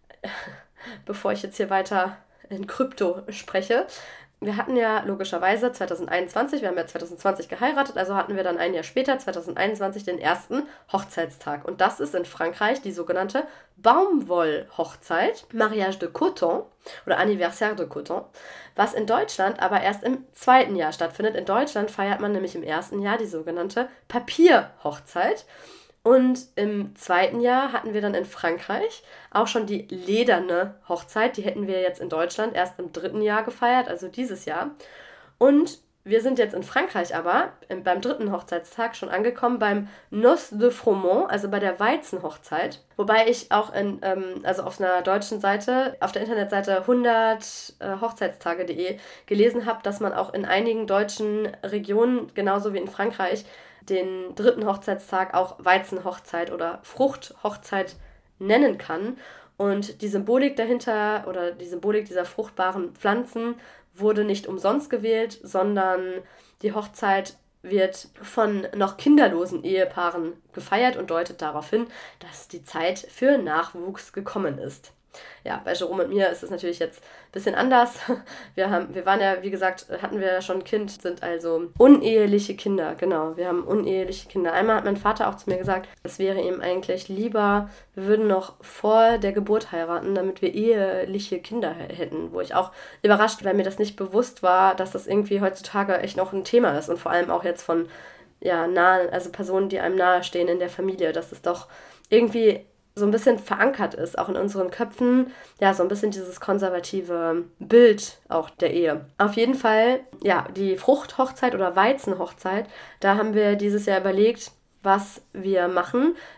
bevor ich jetzt hier weiter in Krypto spreche, wir hatten ja logischerweise zweitausendeinundzwanzig, wir haben ja zweitausendzwanzig geheiratet, also hatten wir dann ein Jahr später, zweitausendeinundzwanzig, den ersten Hochzeitstag. Und das ist in Frankreich die sogenannte Baumwoll-Hochzeit, Mariage de Coton oder Anniversaire de Coton, was in Deutschland aber erst im zweiten Jahr stattfindet. In Deutschland feiert man nämlich im ersten Jahr die sogenannte Papierhochzeit. Und im zweiten Jahr hatten wir dann in Frankreich auch schon die lederne Hochzeit. Die hätten wir jetzt in Deutschland erst im dritten Jahr gefeiert, also dieses Jahr. Und wir sind jetzt in Frankreich aber beim dritten Hochzeitstag schon angekommen beim Noces de Froment, also bei der Weizenhochzeit. Wobei ich auch in, ähm, also auf einer deutschen Seite, auf der Internetseite hundert hochzeitstage punkt de gelesen habe, dass man auch in einigen deutschen Regionen, genauso wie in Frankreich, den dritten Hochzeitstag auch Weizenhochzeit oder Fruchthochzeit nennen kann. Und die Symbolik dahinter oder die Symbolik dieser fruchtbaren Pflanzen wurde nicht umsonst gewählt, sondern die Hochzeit wird von noch kinderlosen Ehepaaren gefeiert und deutet darauf hin, dass die Zeit für Nachwuchs gekommen ist. Ja, bei Jerome und mir ist es natürlich jetzt ein bisschen anders. Wir haben, wir waren ja, wie gesagt, hatten wir schon ein Kind, sind also uneheliche Kinder, genau. Wir haben uneheliche Kinder. Einmal hat mein Vater auch zu mir gesagt, es wäre ihm eigentlich lieber, wir würden noch vor der Geburt heiraten, damit wir eheliche Kinder hätten. Wo ich auch überrascht, weil mir das nicht bewusst war, dass das irgendwie heutzutage echt noch ein Thema ist und vor allem auch jetzt von, ja, nahen, also Personen, die einem nahestehen in der Familie, dass es doch irgendwie so ein bisschen verankert ist, auch in unseren Köpfen, ja, so ein bisschen dieses konservative Bild auch der Ehe. Auf jeden Fall, ja, die Fruchthochzeit oder Weizenhochzeit, da haben wir dieses Jahr überlegt, was wir machen.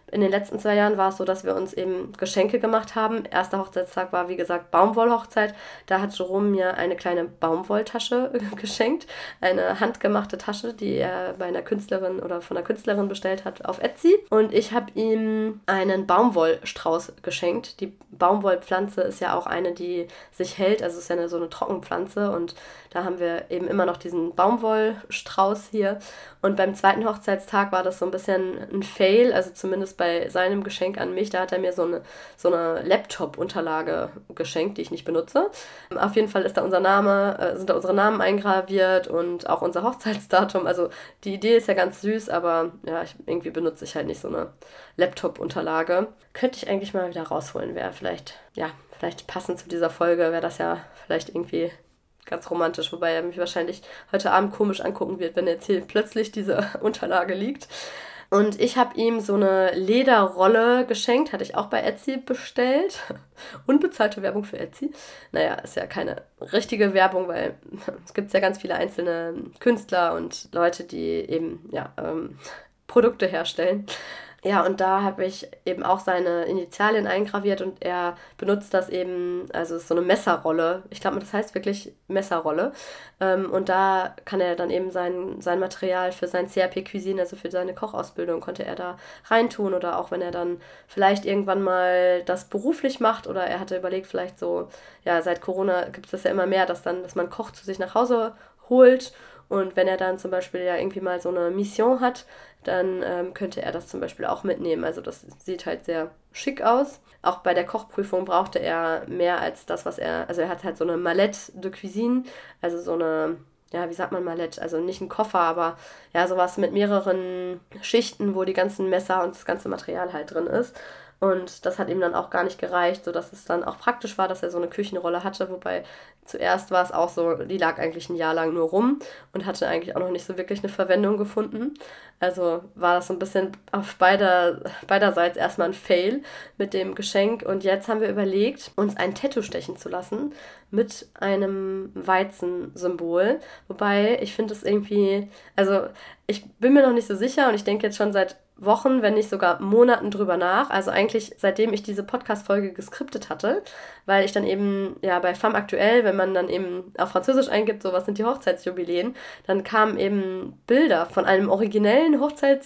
in den letzten zwei Jahren war es so, dass wir uns eben Geschenke gemacht haben. Erster Hochzeitstag war, wie gesagt, Baumwollhochzeit. Da hat Jerome mir eine kleine Baumwolltasche geschenkt. Eine handgemachte Tasche, die er bei einer Künstlerin oder von einer Künstlerin bestellt hat auf Etsy. Und ich habe ihm einen Baumwollstrauß geschenkt. Die Baumwollpflanze ist ja auch eine, die sich hält. Also es ist ja eine, so eine Trockenpflanze. Und da haben wir eben immer noch diesen Baumwollstrauß hier. Und beim zweiten Hochzeitstag war das so ein bisschen ein Fail, also zumindest bei seinem Geschenk an mich. Da hat er mir so eine, so eine Laptop-Unterlage geschenkt, die ich nicht benutze. Auf jeden Fall ist da unser Name, äh, sind da unsere Namen eingraviert und auch unser Hochzeitsdatum. Also die Idee ist ja ganz süß, aber ja, ich, irgendwie benutze ich halt nicht so eine Laptop-Unterlage. Könnte ich eigentlich mal wieder rausholen, wäre vielleicht, ja, vielleicht passend zu dieser Folge, wäre das ja vielleicht irgendwie ganz romantisch, wobei er mich wahrscheinlich heute Abend komisch angucken wird, wenn jetzt hier plötzlich diese Unterlage liegt. Und ich habe ihm so eine Lederrolle geschenkt, hatte ich auch bei Etsy bestellt. Unbezahlte Werbung für Etsy. Naja, ist ja keine richtige Werbung, weil es gibt ja ganz viele einzelne Künstler und Leute, die eben ja ähm, Produkte herstellen. Ja, und da habe ich eben auch seine Initialien eingraviert und er benutzt das eben, also es ist so eine Messerrolle. Ich glaube, das heißt wirklich Messerrolle. Ähm, und da kann er dann eben sein, sein Material für sein C A P Cuisine, also für seine Kochausbildung, konnte er da reintun. Oder auch wenn er dann vielleicht irgendwann mal das beruflich macht oder er hatte überlegt, vielleicht so, ja, seit Corona gibt es das ja immer mehr, dass dann, dass man Koch zu sich nach Hause holt. Und wenn er dann zum Beispiel ja irgendwie mal so eine Mission hat, dann ähm, könnte er das zum Beispiel auch mitnehmen. Also das sieht halt sehr schick aus. Auch bei der Kochprüfung brauchte er mehr als das, was er... Also er hat halt so eine Mallette de Cuisine, also so eine... Ja, wie sagt man Mallette? Also nicht ein Koffer, aber ja, sowas mit mehreren Schichten, wo die ganzen Messer und das ganze Material halt drin ist. Und das hat ihm dann auch gar nicht gereicht, sodass es dann auch praktisch war, dass er so eine Küchenrolle hatte. Wobei zuerst war es auch so, die lag eigentlich ein Jahr lang nur rum und hatte eigentlich auch noch nicht so wirklich eine Verwendung gefunden. Also war das so ein bisschen auf beider, beiderseits erstmal ein Fail mit dem Geschenk. Und jetzt haben wir überlegt, uns ein Tattoo stechen zu lassen mit einem Weizensymbol. Wobei ich finde es irgendwie, also ich bin mir noch nicht so sicher und ich denke jetzt schon seit Wochen, wenn nicht sogar Monaten drüber nach. Also eigentlich seitdem ich diese Podcast-Folge geskriptet hatte, weil ich dann eben, ja, bei Femme Aktuell, wenn man dann eben auf Französisch eingibt, so was sind die Hochzeitsjubiläen, dann kamen eben Bilder von einem originellen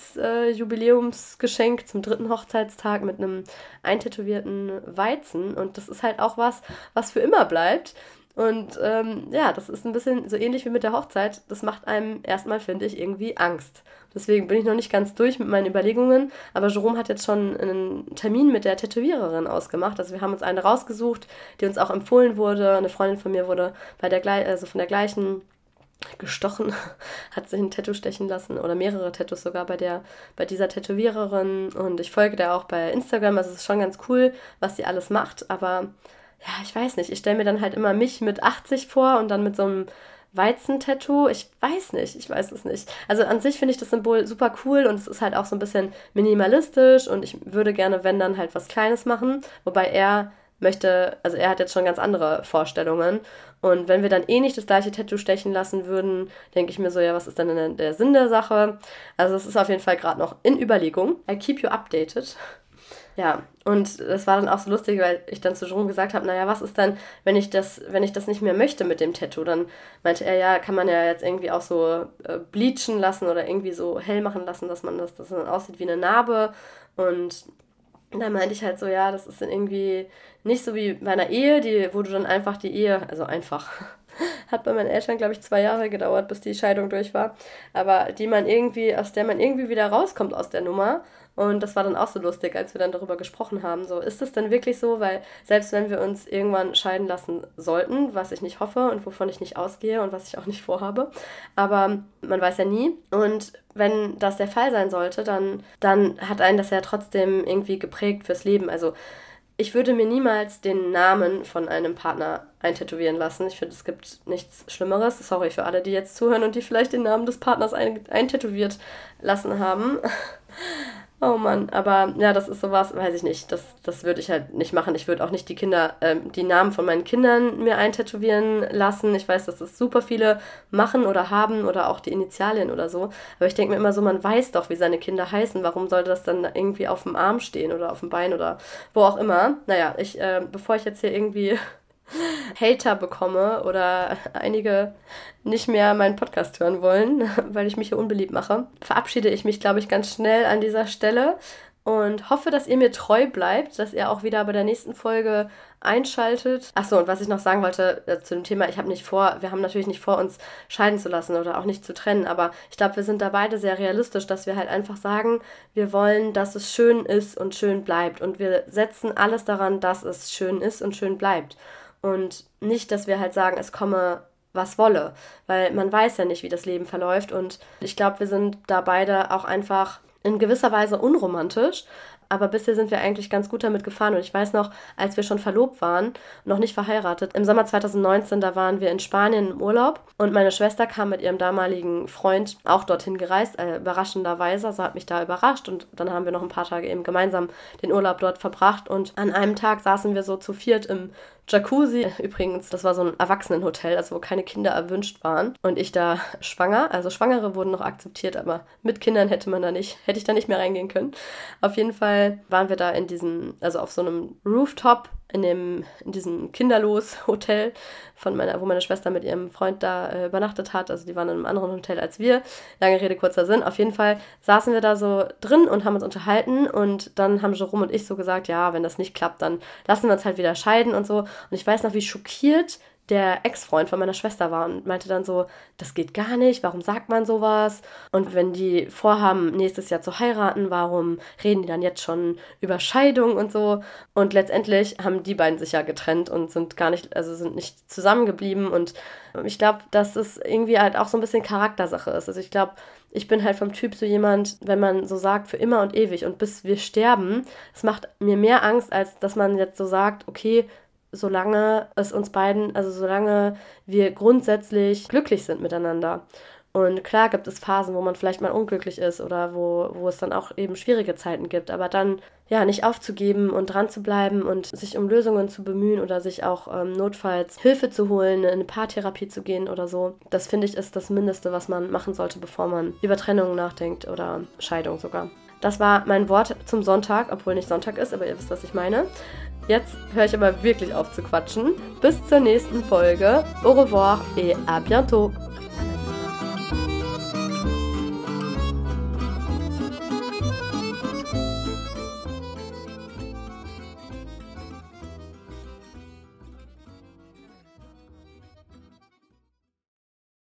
Hochzeitsjubiläumsgeschenk äh, zum dritten Hochzeitstag mit einem eintätowierten Weizen und das ist halt auch was, was für immer bleibt. Und ähm, ja, das ist ein bisschen so ähnlich wie mit der Hochzeit. Das macht einem erstmal, finde ich, irgendwie Angst. Deswegen bin ich noch nicht ganz durch mit meinen Überlegungen. Aber Jerome hat jetzt schon einen Termin mit der Tätowiererin ausgemacht. Also wir haben uns eine rausgesucht, die uns auch empfohlen wurde. Eine Freundin von mir wurde bei der also von der gleichen gestochen, hat sich ein Tattoo stechen lassen oder mehrere Tattoos sogar bei der bei dieser Tätowiererin. Und ich folge der auch bei Instagram. Also es ist schon ganz cool, was sie alles macht. Aber ja, ich weiß nicht. Ich stelle mir dann halt immer mich mit achtzig vor und dann mit so einem Weizentattoo. Ich weiß nicht. Ich weiß es nicht. Also an sich finde ich das Symbol super cool und es ist halt auch so ein bisschen minimalistisch und ich würde gerne, wenn dann halt was Kleines machen. Wobei er möchte, also er hat jetzt schon ganz andere Vorstellungen. Und wenn wir dann eh nicht das gleiche Tattoo stechen lassen würden, denke ich mir so, ja, was ist denn der, der Sinn der Sache? Also es ist auf jeden Fall gerade noch in Überlegung. I keep you updated. Ja, und das war dann auch so lustig, weil ich dann zu Jerome gesagt habe, naja, was ist dann, wenn ich das, wenn ich das nicht mehr möchte mit dem Tattoo? Dann meinte er, ja, kann man ja jetzt irgendwie auch so äh, bleachen lassen oder irgendwie so hell machen lassen, dass man das, dass das dann aussieht wie eine Narbe. Und dann meinte ich halt so, ja, das ist dann irgendwie nicht so wie bei einer Ehe, die, wo du dann einfach die Ehe, also einfach, hat bei meinen Eltern, glaube ich, zwei Jahre gedauert, bis die Scheidung durch war, aber die man irgendwie, aus der man irgendwie wieder rauskommt aus der Nummer. Und das war dann auch so lustig, als wir dann darüber gesprochen haben. So, ist es denn wirklich so? Weil selbst wenn wir uns irgendwann scheiden lassen sollten, was ich nicht hoffe und wovon ich nicht ausgehe und was ich auch nicht vorhabe, aber man weiß ja nie. Und wenn das der Fall sein sollte, dann, dann hat einen das ja trotzdem irgendwie geprägt fürs Leben. Also ich würde mir niemals den Namen von einem Partner eintätowieren lassen. Ich finde, es gibt nichts Schlimmeres. Sorry für alle, die jetzt zuhören und die vielleicht den Namen des Partners ein, eintätowiert lassen haben. Oh Mann, aber ja, das ist sowas, weiß ich nicht, das, das würde ich halt nicht machen. Ich würde auch nicht die Kinder, ähm, die Namen von meinen Kindern mir eintätowieren lassen. Ich weiß, dass das super viele machen oder haben oder auch die Initialien oder so. Aber ich denke mir immer so, man weiß doch, wie seine Kinder heißen. Warum sollte das dann irgendwie auf dem Arm stehen oder auf dem Bein oder wo auch immer? Naja, ich, äh, bevor ich jetzt hier irgendwie Hater bekomme oder einige nicht mehr meinen Podcast hören wollen, weil ich mich hier unbeliebt mache, verabschiede ich mich, glaube ich, ganz schnell an dieser Stelle und hoffe, dass ihr mir treu bleibt, dass ihr auch wieder bei der nächsten Folge einschaltet. Achso, und was ich noch sagen wollte äh, zu dem Thema, ich habe nicht vor, wir haben natürlich nicht vor, uns scheiden zu lassen oder auch nicht zu trennen, aber ich glaube, wir sind da beide sehr realistisch, dass wir halt einfach sagen, wir wollen, dass es schön ist und schön bleibt und wir setzen alles daran, dass es schön ist und schön bleibt. Und nicht, dass wir halt sagen, es komme, was wolle, weil man weiß ja nicht, wie das Leben verläuft und ich glaube, wir sind da beide auch einfach in gewisser Weise unromantisch, aber bisher sind wir eigentlich ganz gut damit gefahren und ich weiß noch, als wir schon verlobt waren, noch nicht verheiratet, im Sommer zwanzig neunzehn, da waren wir in Spanien im Urlaub und meine Schwester kam mit ihrem damaligen Freund auch dorthin gereist, äh, überraschenderweise, also hat mich da überrascht und dann haben wir noch ein paar Tage eben gemeinsam den Urlaub dort verbracht und an einem Tag saßen wir so zu viert im Jacuzzi. Übrigens, das war so ein Erwachsenenhotel, also wo keine Kinder erwünscht waren. Und ich da schwanger, also Schwangere wurden noch akzeptiert, aber mit Kindern hätte man da nicht, hätte ich da nicht mehr reingehen können. Auf jeden Fall waren wir da in diesem, also auf so einem Rooftop, in dem, in diesem Kinderlos-Hotel, von meiner, wo meine Schwester mit ihrem Freund da äh, übernachtet hat. Also die waren in einem anderen Hotel als wir. Lange Rede, kurzer Sinn. Auf jeden Fall saßen wir da so drin und haben uns unterhalten und dann haben Jerome und ich so gesagt, ja, wenn das nicht klappt, dann lassen wir uns halt wieder scheiden und so. Und ich weiß noch, wie schockiert der Ex-Freund von meiner Schwester war und meinte dann so, das geht gar nicht, warum sagt man sowas? Und wenn die vorhaben, nächstes Jahr zu heiraten, warum reden die dann jetzt schon über Scheidung und so? Und letztendlich haben die beiden sich ja getrennt und sind gar nicht, also sind nicht zusammengeblieben und ich glaube, dass es irgendwie halt auch so ein bisschen Charaktersache ist. Also ich glaube, ich bin halt vom Typ so jemand, wenn man so sagt, für immer und ewig und bis wir sterben, es macht mir mehr Angst, als dass man jetzt so sagt, okay, solange es uns beiden, also solange wir grundsätzlich glücklich sind miteinander. Und klar gibt es Phasen, wo man vielleicht mal unglücklich ist oder wo, wo es dann auch eben schwierige Zeiten gibt, aber dann ja nicht aufzugeben und dran zu bleiben und sich um Lösungen zu bemühen oder sich auch ähm, notfalls Hilfe zu holen, in eine Paartherapie zu gehen oder so. Das finde ich ist das Mindeste, was man machen sollte, bevor man über Trennung nachdenkt oder Scheidung sogar. Das war mein Wort zum Sonntag, obwohl nicht Sonntag ist, aber ihr wisst, was ich meine. Jetzt höre ich aber wirklich auf zu quatschen. Bis zur nächsten Folge. Au revoir et à bientôt.